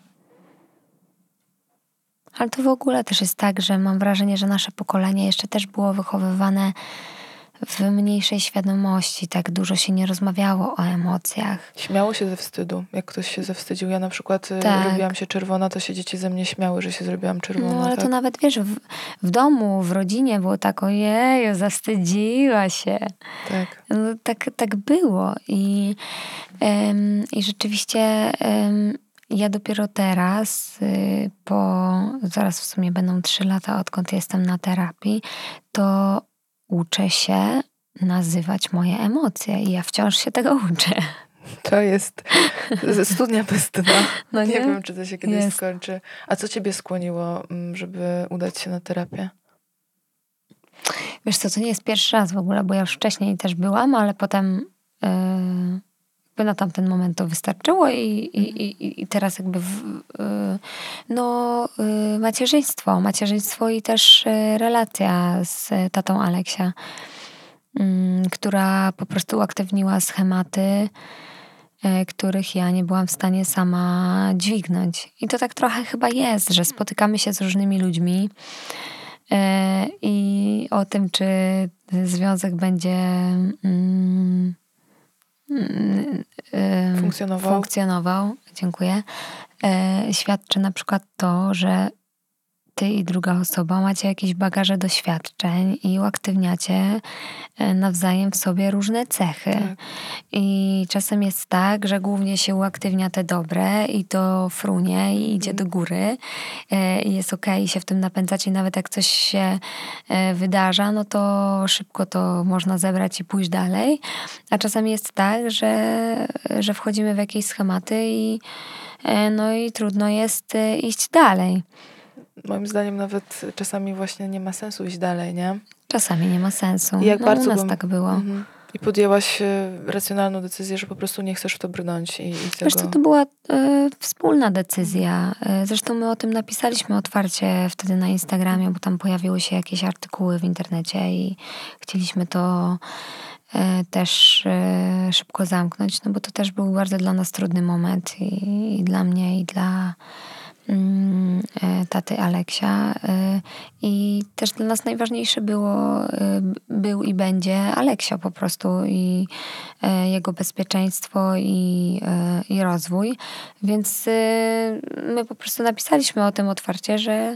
Ale to w ogóle też jest tak, że mam wrażenie, że nasze pokolenie jeszcze też było wychowywane w mniejszej świadomości. Tak dużo się nie rozmawiało o emocjach. Śmiało się ze wstydu, jak ktoś się zawstydził. Ja na przykład Tak. robiłam się czerwona, to się dzieci ze mnie śmiały, że się zrobiłam czerwona. No ale tak? to nawet wiesz, w, w domu, w rodzinie było tak, ojeju, zawstydziła się. Tak. No, tak, tak było i, ym, i rzeczywiście ym, ja dopiero teraz, y, po zaraz w sumie będą trzy lata, odkąd jestem na terapii, to uczę się nazywać moje emocje i ja wciąż się tego uczę. To jest studnia bez dna. No Nie nie? wiem, czy to się kiedyś Jest. skończy. A co ciebie skłoniło, mm, żeby udać się na terapię? Wiesz co, to nie jest pierwszy raz w ogóle, bo ja już wcześniej też byłam, ale potem yy, jakby na tamten moment to wystarczyło i, i, i, i teraz jakby w, yy, no yy, macierzyństwo, macierzyństwo i też yy, relacja z tatą Aleksia, yy, która po prostu uaktywniła schematy, yy, których ja nie byłam w stanie sama dźwignąć. I to tak trochę chyba jest, że spotykamy się z różnymi ludźmi, i o tym, czy związek będzie mm, mm, Funkcjonował? funkcjonował, dziękuję, świadczy na przykład to, że ty i druga osoba macie jakieś bagaże doświadczeń i uaktywniacie nawzajem w sobie różne cechy. Tak. I czasem jest tak, że głównie się uaktywnia te dobre i to frunie i idzie do góry i jest okej, się w tym napędzać i nawet jak coś się wydarza, no to szybko to można zebrać i pójść dalej. A czasami jest tak, że, że wchodzimy w jakieś schematy i no i trudno jest iść dalej. Moim zdaniem nawet czasami właśnie nie ma sensu iść dalej, nie? Czasami nie ma sensu. I jak no bardzo u nas bym- tak było. Mhm. I podjęłaś e, racjonalną decyzję, że po prostu nie chcesz w to brnąć i, i tego... Wiesz co, to była e, wspólna decyzja. E, zresztą my o tym napisaliśmy otwarcie wtedy na Instagramie, bo tam pojawiły się jakieś artykuły w internecie i chcieliśmy to e, też e, szybko zamknąć, no bo to też był bardzo dla nas trudny moment i, i dla mnie, i dla mm, e, taty Aleksia. E, I też dla nas najważniejsze było, e, był i będzie Aleksio po prostu i e, jego bezpieczeństwo i, e, i rozwój. Więc e, my po prostu napisaliśmy o tym otwarcie, że,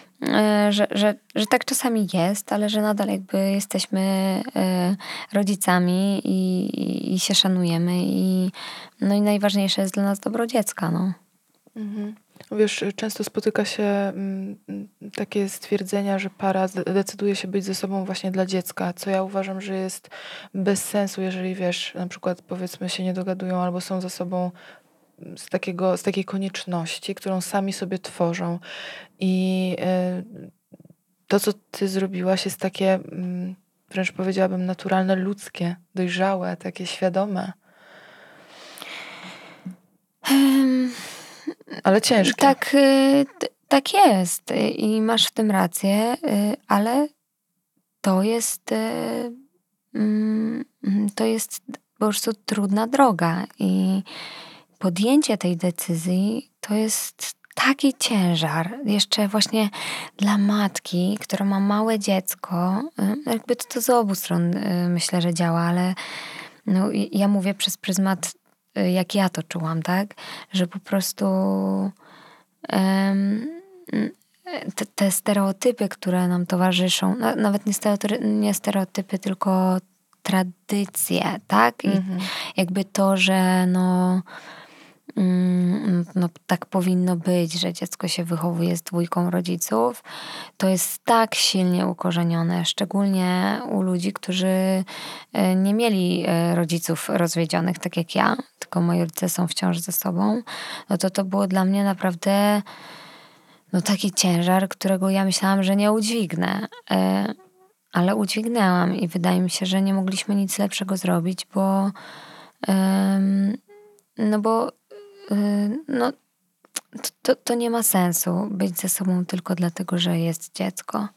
e, że, że, że tak czasami jest, ale że nadal jakby jesteśmy e, rodzicami i, i, i się szanujemy i, no i najważniejsze jest dla nas dobro dziecka. No. Mhm. Wiesz, często spotyka się mm, takie stwierdzenia, że para z- decyduje się być ze sobą właśnie dla dziecka, co ja uważam, że jest bez sensu, jeżeli wiesz, na przykład powiedzmy się nie dogadują albo są ze sobą z takiego, z takiej konieczności, którą sami sobie tworzą. I e, to, co ty zrobiłaś, jest takie, mm, wręcz powiedziałabym, naturalne, ludzkie, dojrzałe, takie świadome, Em, ale ciężkie. Tak, y, t- tak jest y, i masz w tym rację, y, ale to jest, y, mm, to jest po prostu trudna droga i podjęcie tej decyzji to jest taki ciężar. Jeszcze właśnie dla matki, która ma małe dziecko, y, jakby to, to z obu stron y, myślę, że działa, ale no, i- ja mówię przez pryzmat, y, jak ja to czułam, tak? Że po prostu em, mm, te, te stereotypy, które nam towarzyszą, na, nawet nie, stereotypy, nie stereotypy, tylko tradycje, tak? I Mhm. jakby to, że no, mm, no tak powinno być, że dziecko się wychowuje z dwójką rodziców, to jest tak silnie ukorzenione, szczególnie u ludzi, którzy e, nie mieli e, rodziców rozwiedzionych, tak jak ja, tylko moi rodzice są wciąż ze sobą, no to to było dla mnie naprawdę no taki ciężar, którego ja myślałam, że nie udźwignę. E, Ale udźwignęłam i wydaje mi się, że nie mogliśmy nic lepszego zrobić, bo em, no bo y, no, to, to, to nie ma sensu być ze sobą tylko dlatego, że jest dziecko.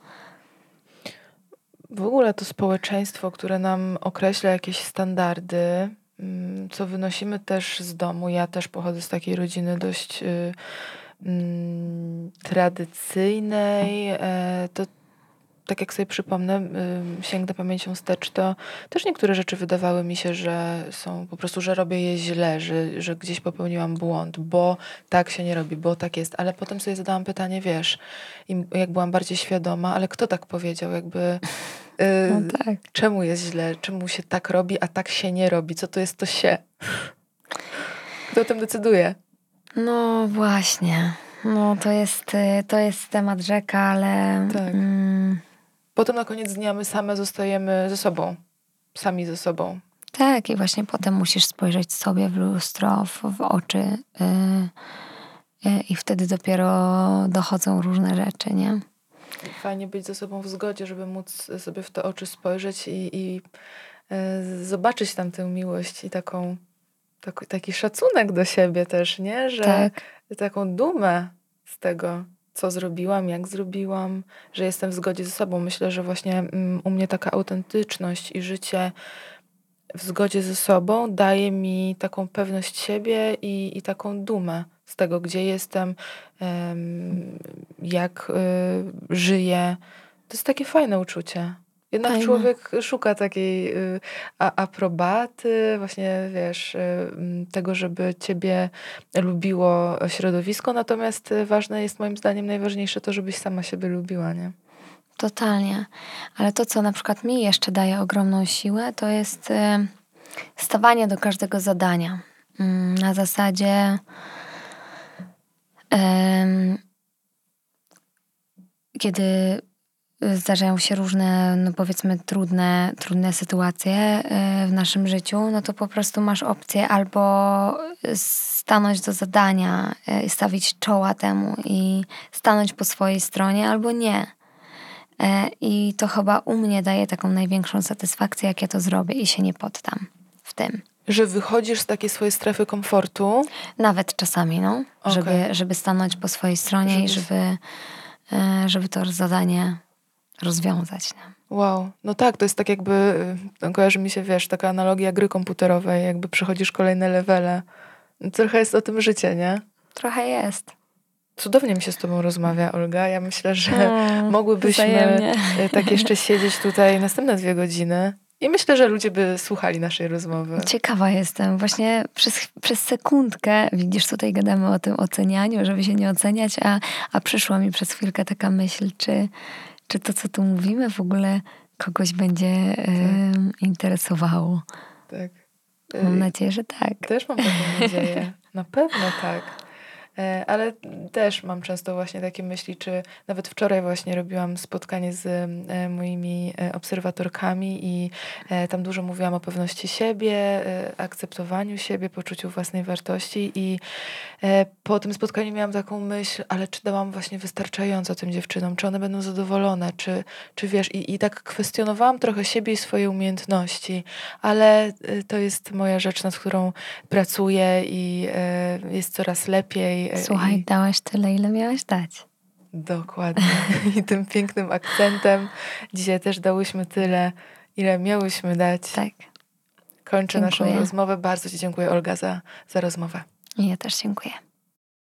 W ogóle to społeczeństwo, które nam określa jakieś standardy, mm, co wynosimy też z domu. Ja też pochodzę z takiej rodziny dość y, mm, tradycyjnej. E, to tak jak sobie przypomnę, y, sięgnę pamięcią wstecz, to też niektóre rzeczy wydawały mi się, że są po prostu, że robię je źle, że, że gdzieś popełniłam błąd, bo tak się nie robi, bo tak jest. Ale potem sobie zadałam pytanie, wiesz, im, jak byłam bardziej świadoma, ale kto tak powiedział, jakby y, No tak. czemu jest źle, czemu się tak robi, a tak się nie robi, co to jest to się? Kto o tym decyduje? No właśnie. No to jest, y, to jest temat rzeka, ale Tak. mm, Potem na koniec dnia my same zostajemy ze sobą. Sami ze sobą. tak, i właśnie potem musisz spojrzeć sobie w lustro, w, w oczy y, y, i wtedy dopiero dochodzą różne rzeczy, nie? Fajnie być ze sobą w zgodzie, żeby móc sobie w te oczy spojrzeć i, i e, zobaczyć tam tę miłość i taką, tak, taki szacunek do siebie też, nie? Że Tak. taką dumę z tego, co zrobiłam, jak zrobiłam, że jestem w zgodzie ze sobą. Myślę, że właśnie mm, u mnie taka autentyczność i życie w zgodzie ze sobą daje mi taką pewność siebie i, i taką dumę z tego, gdzie jestem, em, jak y, żyję. To jest takie fajne uczucie. Jednak Fajne. człowiek szuka takiej y, a, aprobaty, właśnie wiesz, y, m, tego, żeby ciebie lubiło środowisko, natomiast y, ważne jest moim zdaniem najważniejsze to, żebyś sama siebie lubiła, nie? Totalnie. Ale to, co na przykład mi jeszcze daje ogromną siłę, to jest y, stawanie do każdego zadania. Mm, Na zasadzie em, kiedy zdarzają się różne, no powiedzmy, trudne, trudne sytuacje y, w naszym życiu, no to po prostu masz opcję albo stanąć do zadania, y, stawić czoła temu i stanąć po swojej stronie, albo nie. E, I to chyba u mnie daje taką największą satysfakcję, jak ja to zrobię i się nie poddam w tym. Że wychodzisz z takiej swojej strefy komfortu. Nawet czasami, no. Okej. Żeby, żeby stanąć po swojej stronie i Żeby- żeby, e, żeby to zadanie rozwiązać. Nie? Wow, no tak, to jest tak jakby, y, kojarzy mi się, wiesz, taka analogia gry komputerowej, jakby przechodzisz kolejne levele. Trochę jest o tym życie, nie? Trochę jest. Cudownie mi się z tobą rozmawia, Olga. Ja myślę, że Mm, mogłybyśmy wzajemnie. y, tak jeszcze siedzieć tutaj następne dwie godziny i myślę, że ludzie by słuchali naszej rozmowy. Ciekawa jestem. Właśnie przez, przez sekundkę, widzisz, tutaj gadamy o tym ocenianiu, żeby się nie oceniać, a, a przyszła mi przez chwilkę taka myśl, czy, czy to, co tu mówimy, w ogóle kogoś będzie em, interesowało. Tak. Mam Y, nadzieję, że tak. Też mam taką nadzieję. Na pewno tak. E, Ale też mam często właśnie takie myśli, czy nawet wczoraj właśnie robiłam spotkanie z e, moimi e, obserwatorkami i e, tam dużo mówiłam o pewności siebie, e, akceptowaniu siebie, poczuciu własnej wartości i e, po tym spotkaniu miałam taką myśl, ale czy dałam właśnie wystarczająco tym dziewczynom, czy one będą zadowolone, czy, czy wiesz, i, i tak kwestionowałam trochę siebie i swoje umiejętności, ale e, to jest moja rzecz, nad którą pracuję i e, jest coraz lepiej. e, Słuchaj, I dałaś tyle, ile miałaś dać. dokładnie. I tym pięknym akcentem dzisiaj też dałyśmy tyle, ile miałyśmy dać. Tak. Kończę naszą Dziękuję. rozmowę. Bardzo ci dziękuję, Olga, za, za rozmowę. I ja też dziękuję.